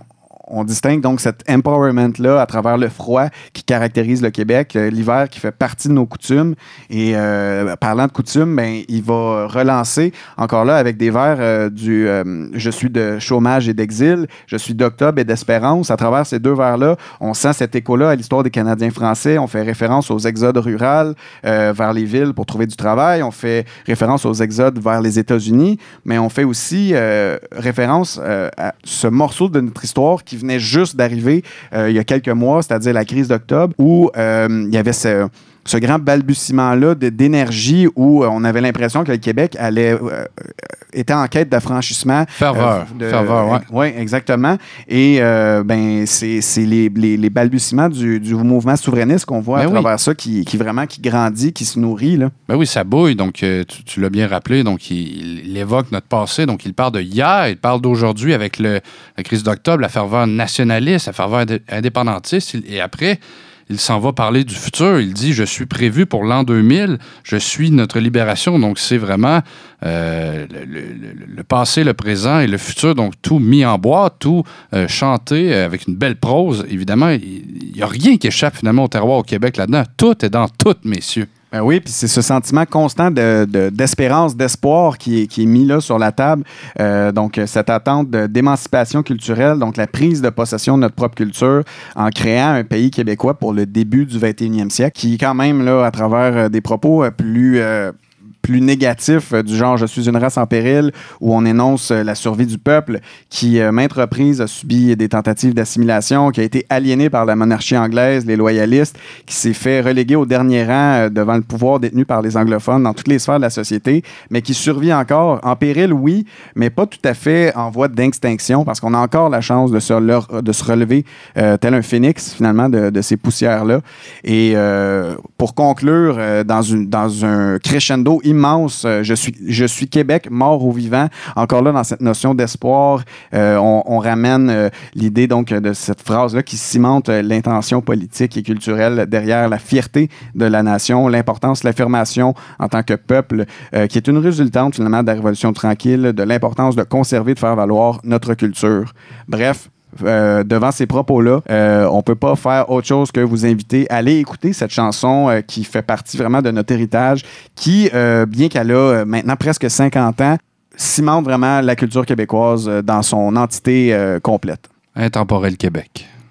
On distingue donc cet empowerment-là à travers le froid qui caractérise le Québec, euh, l'hiver qui fait partie de nos coutumes. Et euh, parlant de coutumes, ben, il va relancer encore là avec des vers euh, du euh, « Je suis de chômage et d'exil »,« Je suis d'octobre et d'espérance ». À travers ces deux vers-là, on sent cet écho-là à l'histoire des Canadiens français. On fait référence aux exodes ruraux euh, vers les villes pour trouver du travail. On fait référence aux exodes vers les États-Unis. Mais on fait aussi euh, référence euh, à ce morceau de notre histoire qui venait juste d'arriver euh, il y a quelques mois, c'est-à-dire la crise d'octobre, où euh, il y avait ce, ce grand balbutiement-là de, d'énergie où euh, on avait l'impression que le Québec allait euh, était en quête d'affranchissement. Ferveur. Euh, de, Ferveur, oui. Oui, exactement. Et euh, ben, c'est, c'est les, les, les balbutiements du, du mouvement souverainiste qu'on voit ben à travers oui. ça qui, qui vraiment qui grandit, qui se nourrit. Là. Ben oui, ça bouille. Donc, euh, tu, tu l'as bien rappelé. Donc, il, il évoque notre passé. Donc, il parle de hier, il parle d'aujourd'hui avec le, la crise d'octobre, la ferveur nationaliste, la ferveur indépendantiste. Et après, il s'en va parler du futur. Il dit « Je suis prévu pour l'an deux mille. Je suis notre libération. » Donc, c'est vraiment euh, le, le, le passé, le présent et le futur. Donc, tout mis en boîte, tout euh, chanté avec une belle prose. Évidemment, il n'y a rien qui échappe finalement au terroir au Québec là-dedans. Tout est dans tout, messieurs. Ben oui, puis c'est ce sentiment constant de, de, d'espérance, d'espoir qui est, qui est mis là sur la table. Euh, donc, cette attente de, d'émancipation culturelle, donc la prise de possession de notre propre culture en créant un pays québécois pour le début du vingt et unième siècle, qui quand même, là, à travers des propos plus... Euh, plus négatif, euh, du genre « Je suis une race en péril » où on énonce euh, la survie du peuple qui, euh, maintes reprises, a subi des tentatives d'assimilation, qui a été aliéné par la monarchie anglaise, les loyalistes, qui s'est fait reléguer au dernier rang euh, devant le pouvoir détenu par les anglophones dans toutes les sphères de la société, mais qui survit encore. En péril, oui, mais pas tout à fait en voie d'extinction, parce qu'on a encore la chance de se, leur, de se relever euh, tel un phénix, finalement, de, de ces poussières-là. Et euh, pour conclure, euh, dans, une, dans un crescendo immense, immense. Je suis, je suis Québec, mort ou vivant. Encore là, dans cette notion d'espoir, euh, on, on ramène euh, l'idée donc de cette phrase-là qui cimente euh, l'intention politique et culturelle derrière la fierté de la nation, l'importance de l'affirmation en tant que peuple, euh, qui est une résultante finalement de la Révolution tranquille, de l'importance de conserver, de faire valoir notre culture. Bref, Euh, devant ces propos-là, euh, on peut pas faire autre chose que vous inviter à aller écouter cette chanson euh, qui fait partie vraiment de notre héritage, qui, euh, bien qu'elle a euh, maintenant presque cinquante ans, cimente vraiment la culture québécoise euh, dans son entité euh, complète. Intemporel Québec.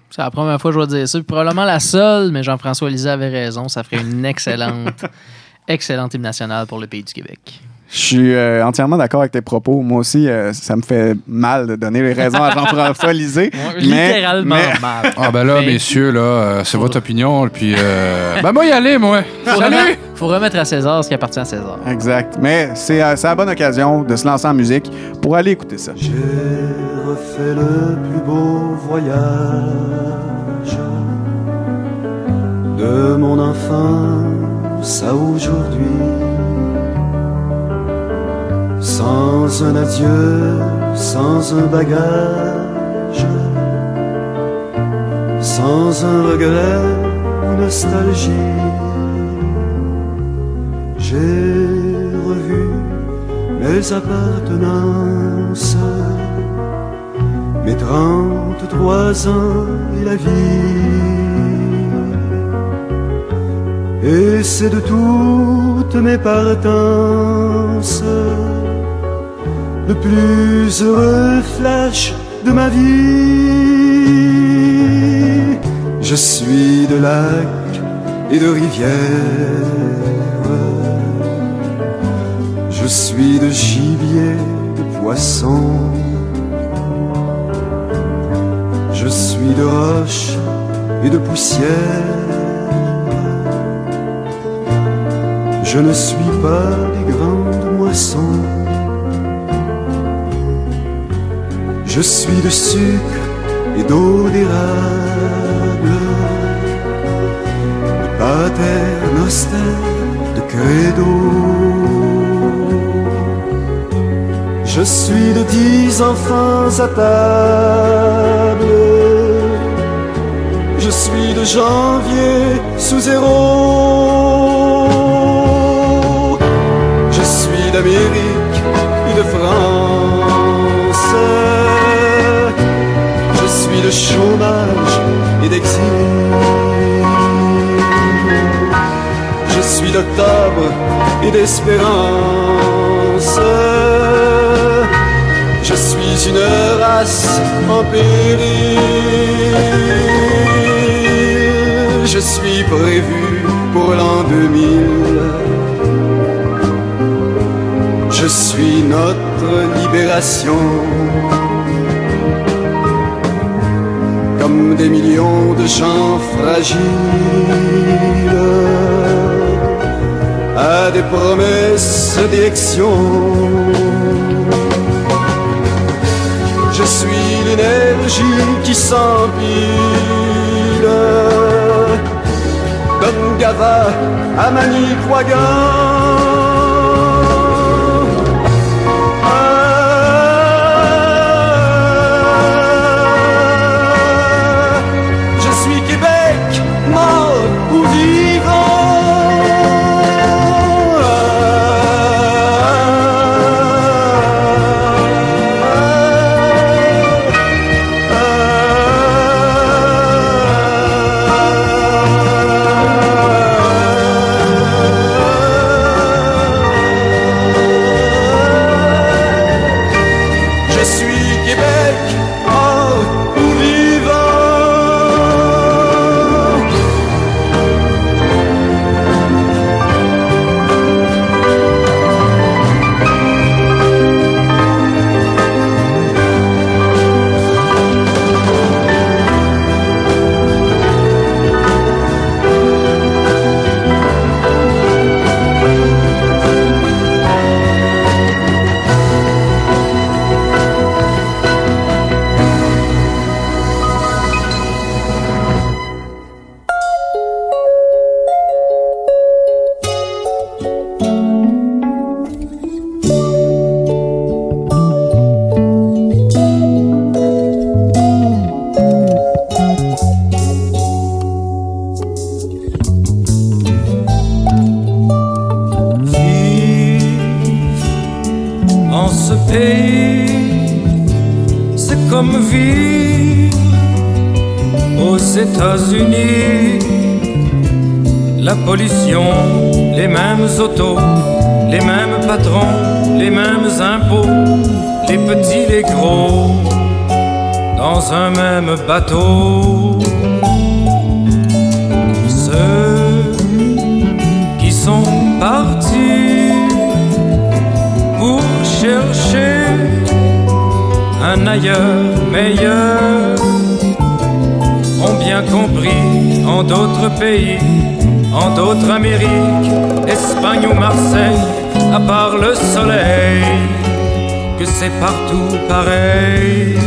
C'est la première fois que je vais dire ça. Puis probablement la seule, mais Jean-François Lisée avait raison. Ça ferait une excellente, excellente hymne nationale pour le pays du Québec. Je suis euh, entièrement d'accord avec tes propos. Moi aussi, euh, ça me fait mal de donner les raisons à Jean-François Lisée. Ouais, littéralement mais... mal. Ah ben là, mais... messieurs, là, euh, c'est votre opinion. Puis, euh... ben moi, y aller, moi. Faut Salut! remettre, faut remettre à César ce qui appartient à César. Exact. Mais c'est, euh, c'est la bonne occasion de se lancer en musique pour aller écouter ça. J'ai refait le plus beau voyage de mon enfance à aujourd'hui. Sans un adieu, sans un bagage, sans un regret ou nostalgie. J'ai revu mes appartenances, mes trente-trois ans et la vie. Et c'est de toutes mes partances le plus heureux flash de ma vie. Je suis de lacs et de rivières, je suis de gibier, de poissons, je suis de roches et de poussière. Je ne suis pas des grandes moissons. Je suis de sucre et d'eau d'érable, de pater noster, de credo. Je suis de dix enfants à table, je suis de janvier sous zéro. Je suis d'Amérique et de France, je suis de chômage et d'exil. Je suis d'octobre et d'espérance. Je suis une race en péril. Je suis prévu pour l'an deux mille. Je suis notre libération. Comme des millions de gens fragiles à des promesses d'élection. Je suis l'énergie qui s'empile d'Ongava à Manicouagan. États-Unis, la pollution, les mêmes autos, les mêmes patrons, les mêmes impôts, les petits, les gros, dans dans un même bateau. Ceux qui sont partis pour chercher un ailleurs meilleur ont bien compris en d'autres pays, en d'autres Amériques, Espagne ou Marseille, à part le soleil, que c'est partout pareil.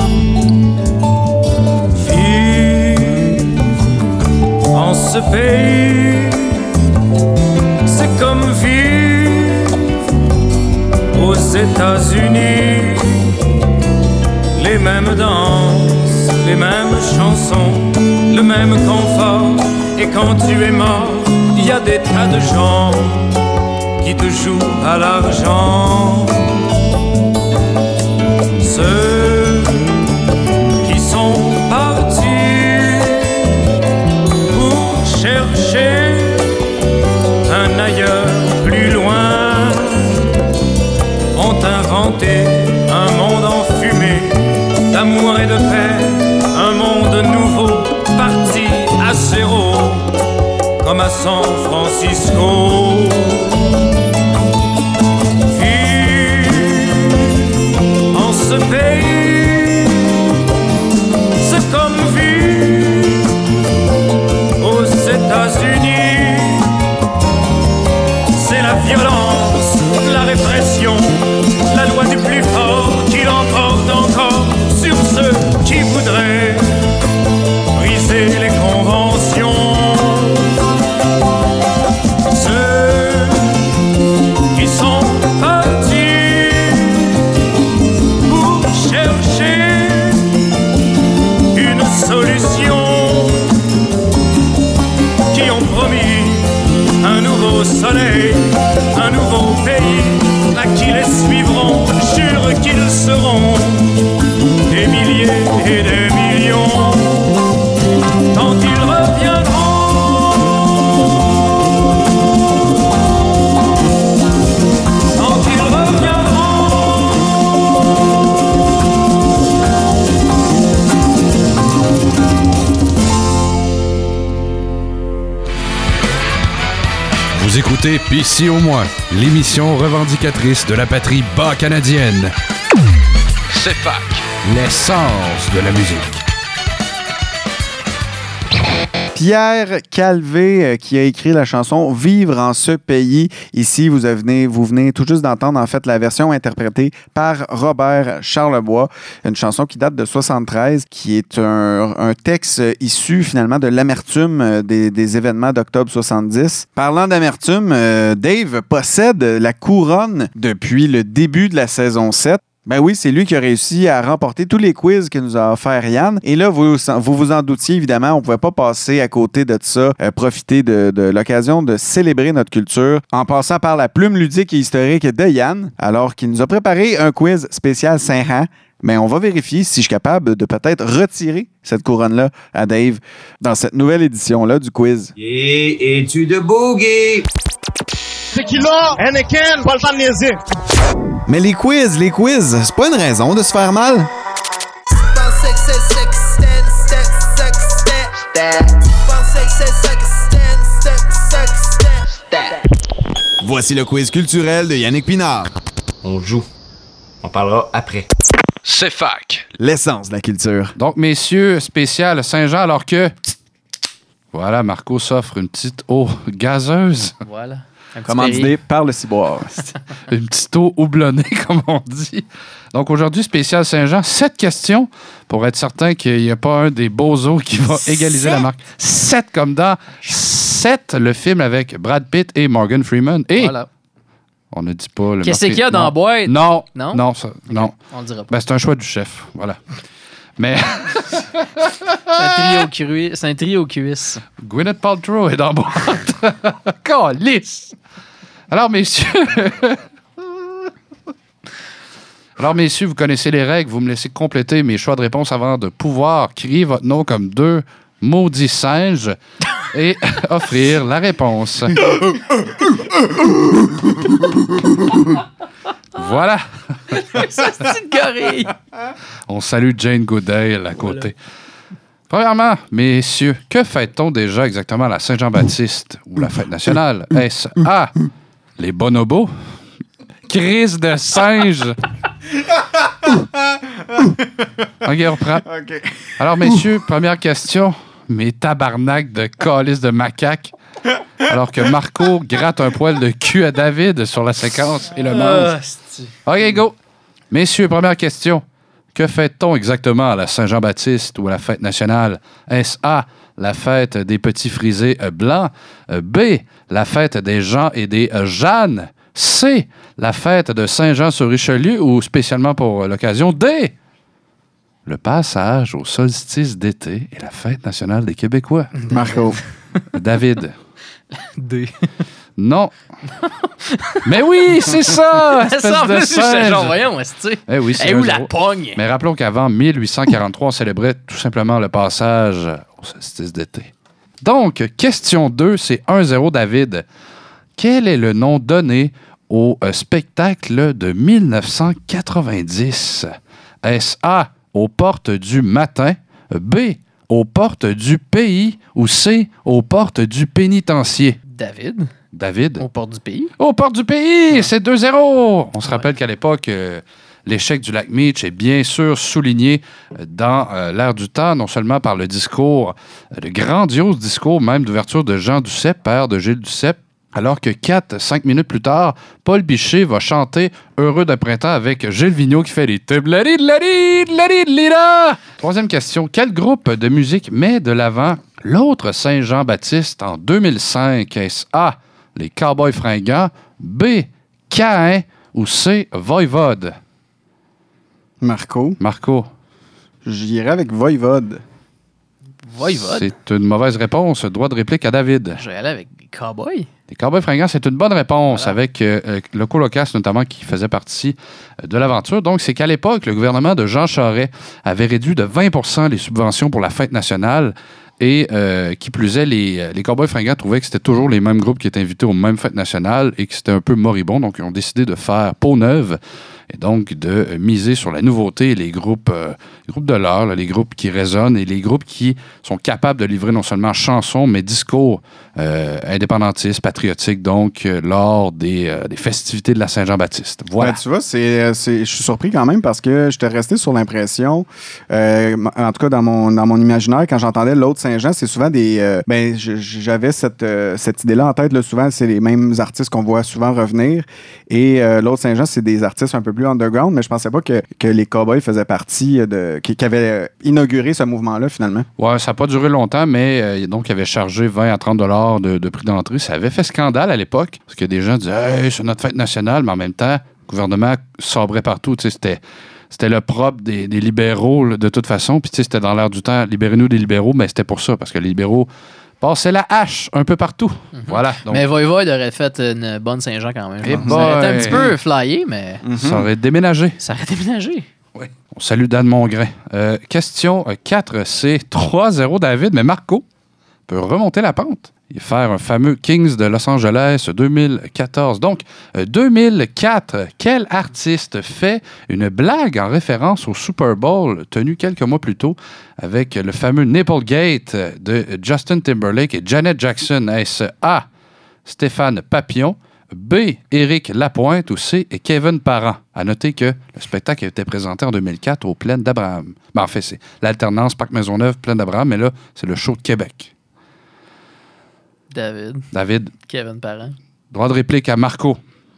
Vivre en ce pays, c'est comme vivre aux États-Unis. Les mêmes danses, les mêmes chansons, le même confort. Et quand tu es mort, il y a des tas de gens qui te jouent à l'argent. Ceux qui sont partis pour chercher un ailleurs plus loin ont inventé un monde enfumé d'amour et de paix, un monde nouveau parti à zéro, comme à San Francisco. Vivre en ce pays, c'est comme vivre aux États-Unis. C'est la violence, la répression, la loi du plus fort qui l'emporte encore sur ceux qui voudraient briser les conventions. Ceux qui sont partis pour chercher une solution, qui ont promis un nouveau soleil, un nouveau pays, à qui les suivront, jure qu'ils seront des milliers et des millions quand ils reviendront, quand ils reviendront. Vous écoutez Pis si au moins, l'émission revendicatrice de la patrie bas canadienne. C'est F A C. L'essence de la musique. Pierre Calvé euh, qui a écrit la chanson « Vivre en ce pays ». Ici, vous venez, vous venez tout juste d'entendre en fait la version interprétée par Robert Charlebois, une chanson qui date de soixante-treize, qui est un, un texte issu finalement de l'amertume des, des événements d'octobre soixante-dix. Parlant d'amertume, euh, Dave possède la couronne depuis le début de la saison sept. Ben oui, c'est lui qui a réussi à remporter tous les quiz que nous a offert Yann. Et là, vous vous, vous en doutiez, évidemment, on ne pouvait pas passer à côté de ça, euh, profiter de, de l'occasion de célébrer notre culture en passant par la plume ludique et historique de Yann, alors qu'il nous a préparé un quiz spécial Saint-Jean. Mais on va vérifier si je suis capable de peut-être retirer cette couronne-là à Dave dans cette nouvelle édition-là du quiz. Et es-tu de boogie? C'est qui là? Anakin, pas le temps de niaiser. Mais les quiz, les quiz, c'est pas une raison de se faire mal. Voici le quiz culturel de Yannick Pinard. On joue. On parlera après. C'est F A C. L'essence de la culture. Donc, messieurs, spécial Saint-Jean, alors que... Voilà, Marco s'offre une petite eau gazeuse. Voilà. Commandité par le ciboire. Une petite eau houblonnée, comme on dit. Donc, aujourd'hui, spécial Saint-Jean, sept questions pour être certain qu'il n'y a pas un des bozos qui va égaliser la marque. Sept comme dans Sept, le film avec Brad Pitt et Morgan Freeman. Et voilà. On ne dit pas le Qu'est-ce qu'il y a dans la boîte? Non. Non? Non, ça, okay. non. On le dira pas. Ben, c'est un choix du chef. Voilà. Mais. C'est un trio cuisse. C'est un trio cuisse. Gwyneth Paltrow est dans la boîte. Calice! Alors, messieurs. Alors, messieurs, vous connaissez les règles. Vous me laissez compléter mes choix de réponse avant de pouvoir crier votre nom comme deux maudits singes et offrir la réponse. Voilà. Ça, c'est une gorille. On salue Jane Goodale à côté. Voilà. Premièrement, messieurs, que fête-t-on déjà exactement à la Saint-Jean-Baptiste ou la fête nationale? Est-ce A, les bonobos? Crise de singe! OK, on reprend. Okay. Alors, messieurs, première question. Mes tabarnak de calice de macaque. Alors que Marco gratte un poil de cul à David sur la séquence et le mange. OK, go. Messieurs, première question. Que fête-t-on exactement à la Saint-Jean-Baptiste ou à la fête nationale? Est-ce A, la fête des petits frisés blancs? B, la fête des Jean et des Jeannes? C, la fête de Saint-Jean-sur-Richelieu ou spécialement pour l'occasion? D, le passage au solstice d'été et la fête nationale des Québécois? Marco. David. D. Non. Mais oui, c'est ça! C'est ça, en plus, j'étais genre, voyons, est-ce que eh oui, c'est hey, où la pogne? Mais rappelons qu'avant mille huit cent quarante-trois, on célébrait tout simplement le passage au solstice d'été. Donc, question deux, c'est un zéro David. Quel est le nom donné au euh, spectacle de mille neuf cent quatre-vingt-dix? Est-ce A, aux portes du matin? B, aux portes du pays? Ou C, aux portes du pénitencier? David. David. Aux portes du pays. Aux portes du pays, ouais. C'est deux zéro. On se rappelle ouais. qu'à l'époque, euh, l'échec du lac Meech est bien sûr souligné dans euh, l'air du temps, non seulement par le discours, euh, le grandiose discours même d'ouverture de Jean Duceppe, père de Gilles Duceppe, alors que quatre, cinq minutes plus tard, Paul Bichet va chanter Heureux de printemps avec Gilles Vigneault qui fait les tublaridlaridlaridlira. Troisième question. Quel groupe de musique met de l'avant l'autre Saint-Jean-Baptiste en deux mille cinq? Est-ce A, les Cowboys fringants, B, Caïn ou C, Voivode? Marco. Marco. J'irai avec Voivode. Voivode? C'est une mauvaise réponse. Droit de réplique à David. Je vais aller avec les Cowboys. Les Cowboys fringants, c'est une bonne réponse, voilà. Avec euh, le Colocasse notamment qui faisait partie de l'aventure. Donc, c'est qu'à l'époque, le gouvernement de Jean Charest avait réduit de vingt pour cent les subventions pour la fête nationale. Et euh, qui plus est, les, les Cowboys fringants trouvaient que c'était toujours les mêmes groupes qui étaient invités aux mêmes fêtes nationales et que c'était un peu moribond. Donc, ils ont décidé de faire peau neuve et donc de euh, miser sur la nouveauté, les groupes, euh, les groupes de l'heure, là, les groupes qui résonnent et les groupes qui sont capables de livrer non seulement chansons, mais discours euh, indépendantistes, patriotiques, donc euh, lors des, euh, des festivités de la Saint-Jean-Baptiste. Voilà. Ben, tu vois, c'est, c'est, je suis surpris quand même parce que j'étais resté sur l'impression, euh, en tout cas dans mon, dans mon imaginaire, quand j'entendais l'autre Saint-Jean, c'est souvent des... Euh, ben, j'avais cette, euh, cette idée-là en tête. Là, souvent, c'est les mêmes artistes qu'on voit souvent revenir. Et euh, l'autre Saint-Jean, c'est des artistes un peu plus underground, mais je pensais pas que, que les Cowboys faisaient partie de... qui, qui avaient inauguré ce mouvement-là, finalement. Ouais, ça n'a pas duré longtemps, mais euh, donc, il avait chargé vingt à trente dollars de, de prix d'entrée. Ça avait fait scandale à l'époque, parce que des gens disaient hey, c'est notre fête nationale, mais en même temps, le gouvernement sabrait partout. Tu sais, c'était... C'était le propre des, des libéraux, là, de toute façon. Puis, tu sais, c'était dans l'air du temps. Libérez-nous des libéraux, mais c'était pour ça, parce que les libéraux passaient la hache un peu partout. Mm-hmm. Voilà. Donc... Mais Voivode aurait fait une bonne Saint-Jean quand même. Ça aurait été un petit peu flyé, mais... Mm-hmm. Ça aurait déménagé. Ça aurait déménagé. Oui. On salue Dan Mongrain. Euh, question quatre, c'est trois zéro David, mais Marco peut remonter la pente et faire un fameux Kings de Los Angeles deux mille quatorze. Donc, deux mille quatre, quel artiste fait une blague en référence au Super Bowl tenu quelques mois plus tôt avec le fameux Nipplegate de Justin Timberlake et Janet Jackson? Est-ce A, Stéphane Papillon, B, Éric Lapointe ou C, Kevin Parent? À noter que le spectacle a été présenté en deux mille quatre au Plaine d'Abraham. Ben, en fait, c'est l'alternance Parc Maisonneuve, Plaine d'Abraham, mais là, c'est le show de Québec. David. David. Kevin Parent. Droit de réplique à Marco.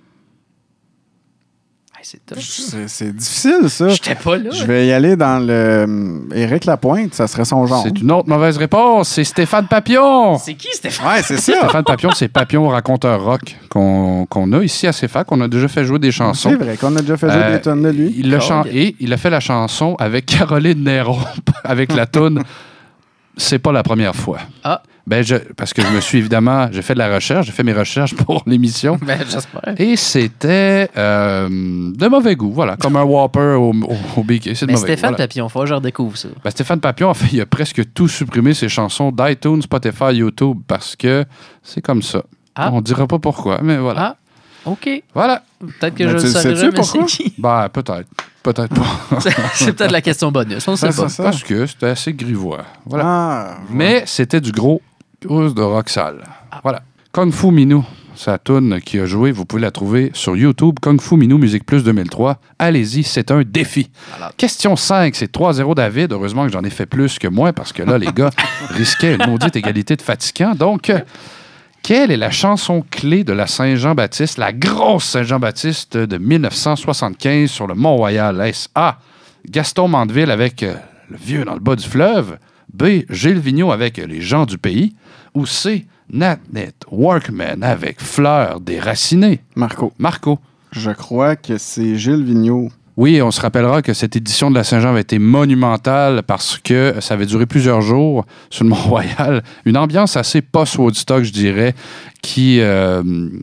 Hey, c'est top. C'est, c'est difficile, ça. J'étais pas là. Je vais y aller dans le... Éric Lapointe, ça serait son genre. C'est une autre mauvaise réponse. C'est Stéphane Papillon. C'est qui, Stéphane? Ouais, c'est ça. Stéphane Papillon, c'est Papillon raconteur rock qu'on, qu'on a ici à C F A C. On a déjà fait jouer des chansons. C'est vrai qu'on a déjà fait jouer euh, des tonnes de lui. Il l'a chan- et il a fait la chanson avec Caroline Néron, avec la toune C'est pas la première fois. Ah. Ben, je, parce que je me suis évidemment, j'ai fait de la recherche, j'ai fait mes recherches pour l'émission. Ben, j'espère. Et c'était euh, de mauvais goût, voilà, comme un Whopper au, au, au B K. C'est de Mais mauvais Stéphane goût, voilà. Papillon, faut que je redécouvre ça. Ben, Stéphane Papillon, en fait, il a presque tout supprimé ses chansons d'iTunes, Spotify, YouTube, parce que c'est comme ça. Ah. On ne dira pas pourquoi, mais voilà. Ah. OK. Voilà. Peut-être que ben, je le saurais jamais c'est qui. Ben, peut-être. Peut-être pas. C'est peut-être la question bonus. On sait pas. Ça. Parce que c'était assez grivois. Voilà. Ah, mais c'était du gros de rock sale. Ah. Voilà. Kung Fu Minou, sa toune qui a joué, vous pouvez la trouver sur YouTube. Kung Fu Minou Musique Plus deux mille trois. Allez-y, c'est un défi. Voilà. Question cinq, c'est trois zéro David. Heureusement que j'en ai fait plus que moi parce que là, les gars risquaient une maudite égalité de fatigants. Donc, euh, quelle est la chanson clé de la Saint-Jean-Baptiste, la grosse Saint-Jean-Baptiste de mille neuf cent soixante-quinze sur le Mont-Royal? Est-ce A, Gaston Mandeville avec euh, Le Vieux dans le bas du fleuve? B, Gilles Vigneault avec Les gens du pays? Ou C, Natnet Workman avec Fleurs déracinées? Marco. Marco. Je crois que c'est Gilles Vigneault. Oui, on se rappellera que cette édition de la Saint-Jean avait été monumentale parce que ça avait duré plusieurs jours sur le Mont-Royal. Une ambiance assez post-Woodstock, je dirais, qui euh,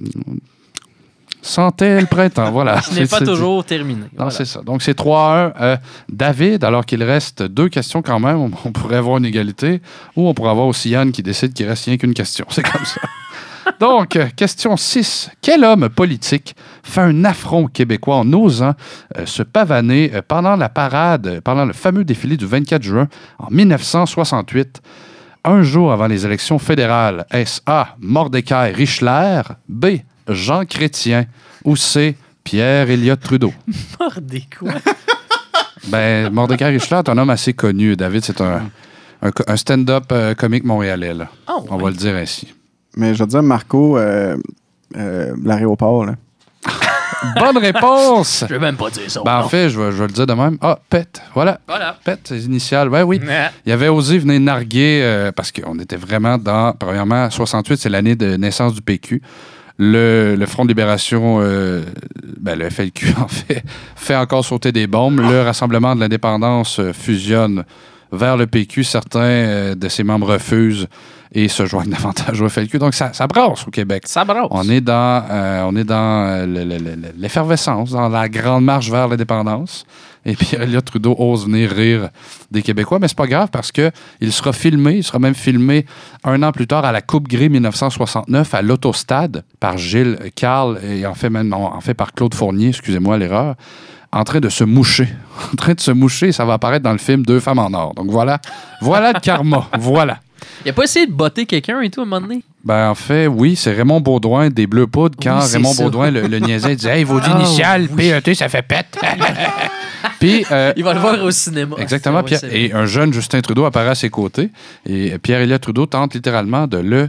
sentait le printemps. Voilà. Ce n'est pas c'est, toujours c'est... terminé. Non, voilà. C'est ça. Donc, c'est trois à un. Euh, David, alors qu'il reste deux questions quand même, on, on pourrait avoir une égalité, ou on pourrait avoir aussi Yann qui décide qu'il reste rien qu'une question. C'est comme ça. Donc, question six. Quel homme politique fait un affront québécois en osant euh, se pavaner euh, pendant la parade, euh, pendant le fameux défilé du vingt-quatre juin en mille neuf cent soixante-huit, un jour avant les élections fédérales? Est-ce A, Mordecai Richler, B, Jean Chrétien ou C, Pierre-Éliott Trudeau? Mordecai? Ben, Mordecai Richler est un homme assez connu, David. C'est un, un, un stand-up euh, comique montréalais, là. Oh, on oui. va le dire ainsi. Mais je veux dire, Marco, euh, euh, l'aéroport, là. Bonne réponse! Je vais même pas dire ça. Ben, en fait, je vais, je vais le dire de même. Ah, Pet. Voilà. Voilà. Pet, ses initiales. Ben oui. Il avait osé venir narguer euh, parce qu'on était vraiment dans. Premièrement, soixante-huit, c'est l'année de naissance du P Q. Le, le Front de libération, euh, ben, le F L Q, en fait, fait encore sauter des bombes. Le Rassemblement de l'indépendance euh, fusionne vers le P Q. Certains euh, de ses membres refusent et se joignent davantage au F L Q. Donc, ça, ça brasse au Québec. Ça brasse. On est dans, euh, on est dans euh, le, le, le, l'effervescence, dans la grande marche vers l'indépendance. Et puis, Pierre-Éliott Trudeau ose venir rire des Québécois. Mais c'est pas grave parce qu'il sera filmé, il sera même filmé un an plus tard à la Coupe Grey mille neuf cent soixante-neuf à l'Autostade par Gilles Carle et en fait, même, non, en fait par Claude Fournier, excusez-moi l'erreur, en train de se moucher. En train de se moucher, ça va apparaître dans le film Deux femmes en or. Donc voilà, voilà le karma. Voilà. Il a pas essayé de botter quelqu'un et tout à un moment donné? Ben, en fait, oui, c'est Raymond Baudouin des Bleus Poudres quand oui, Raymond ça. Baudouin le, le niaisait. Il disait « Hey, vos oh, initiales, oui. P E T, ça fait pète! » Puis, euh, il va le voir au cinéma. Exactement. Pierre, et un jeune Justin Trudeau apparaît à ses côtés. Et Pierre-Éliott Trudeau tente littéralement de le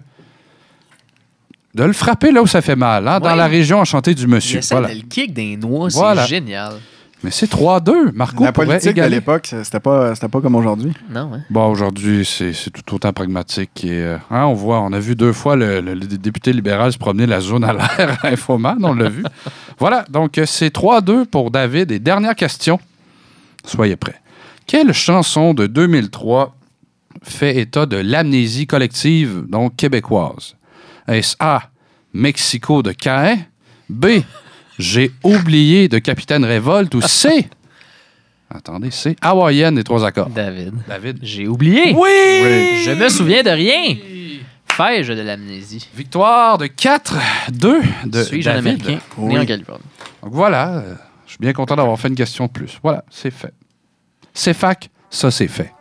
de le frapper là où ça fait mal, hein, ouais. dans la région enchantée du monsieur. Il essaie voilà. de le kick des noix, c'est voilà. génial. Mais c'est trois deux. Marco la politique à l'époque, c'était pas, c'était pas comme aujourd'hui. Non, hein? Bon, aujourd'hui, c'est, c'est tout autant pragmatique. Et, euh, hein, on voit, on a vu deux fois le, le, le député libéral se promener la zone à l'air à Infoman, on l'a vu. Voilà, donc c'est trois deux pour David. Et dernière question, soyez prêts. Quelle chanson de deux mille trois fait état de l'amnésie collective, donc québécoise? Est-ce A, Mexico de Caïn? B, J'ai oublié de Capitaine Révolte? Ou C, attendez, C, Hawaïenne des trois accords? David. David. J'ai oublié. Oui! oui! Je me souviens de rien. Fais-je de l'amnésie. Victoire de quatre deux de Suis-je un David. Américain Oui. né en Californie. Donc voilà, euh, je suis bien content d'avoir fait une question de plus. Voilà, c'est fait. C'est fac, ça c'est fait.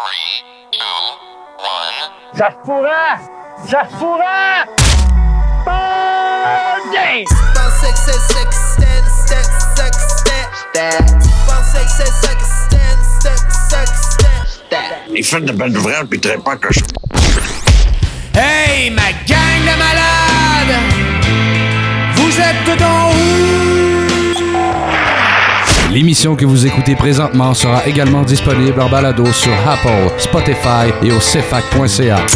Ça se pourrait! Ça se pourrait! Birthday! Il fait de belles ouvrages puis très pas que je... Hey, ma gang de malades! Vous êtes dans où? L'émission que vous écoutez présentement sera également disponible en balado sur Apple, Spotify et au c f a c point c a.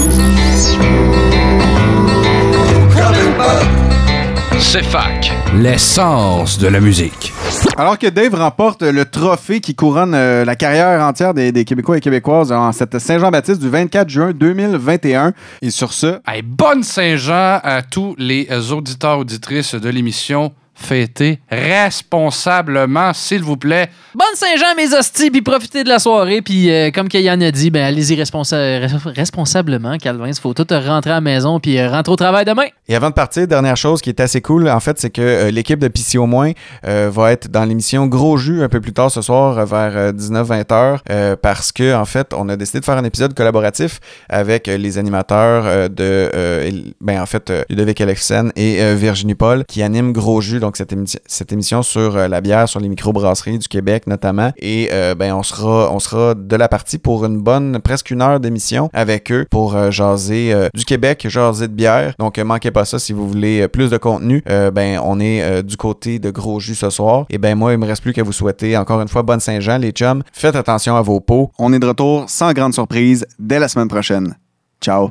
C F A C. L'essence de la musique. Alors que Dave remporte le trophée qui couronne euh, la carrière entière des, des Québécois et Québécoises en cette Saint-Jean-Baptiste du vingt-quatre juin deux mille vingt et un. Et sur ce... Hey, bonne Saint-Jean à tous les auditeurs auditrices de l'émission fêter responsablement, s'il vous plaît. Bonne Saint-Jean, mes hosties, puis profitez de la soirée. Puis euh, comme Yann a dit, ben, allez-y responsa- responsablement, Calvin. Il faut tout rentrer à la maison puis euh, rentrer au travail demain. Et avant de partir, dernière chose qui est assez cool, en fait, c'est que euh, l'équipe de P C au moins euh, va être dans l'émission Gros Jus un peu plus tard ce soir euh, vers euh, dix-neuf vingt heures euh, parce que en fait, on a décidé de faire un épisode collaboratif avec euh, les animateurs euh, de euh, ben en fait euh, Ludovic Alexen et euh, Virginie Paul qui animent Gros Jus, donc cette, émi- cette émission sur euh, la bière, sur les microbrasseries du Québec notamment. Et euh, ben on sera on sera de la partie pour une bonne presque une heure d'émission avec eux pour euh, jaser euh, du Québec, jaser de bière. Donc euh, manquez pas ça si vous voulez euh, plus de contenu. Euh, ben on est euh, du côté de Gros Jus ce soir. Et ben moi il me reste plus qu'à vous souhaiter encore une fois bonne Saint-Jean les chums. Faites attention à vos pots. On est de retour sans grande surprise dès la semaine prochaine. Ciao.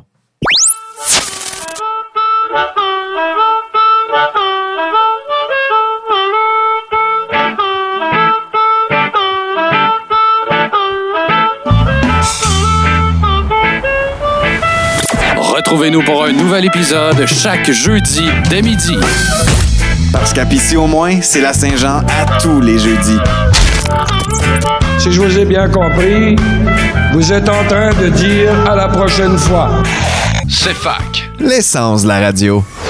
Retrouvez-nous pour un nouvel épisode chaque jeudi dès midi. Parce qu'à P C au moins, c'est la Saint-Jean à tous les jeudis. Si je vous ai bien compris, vous êtes en train de dire à la prochaine fois. C'est fac. L'essence de la radio.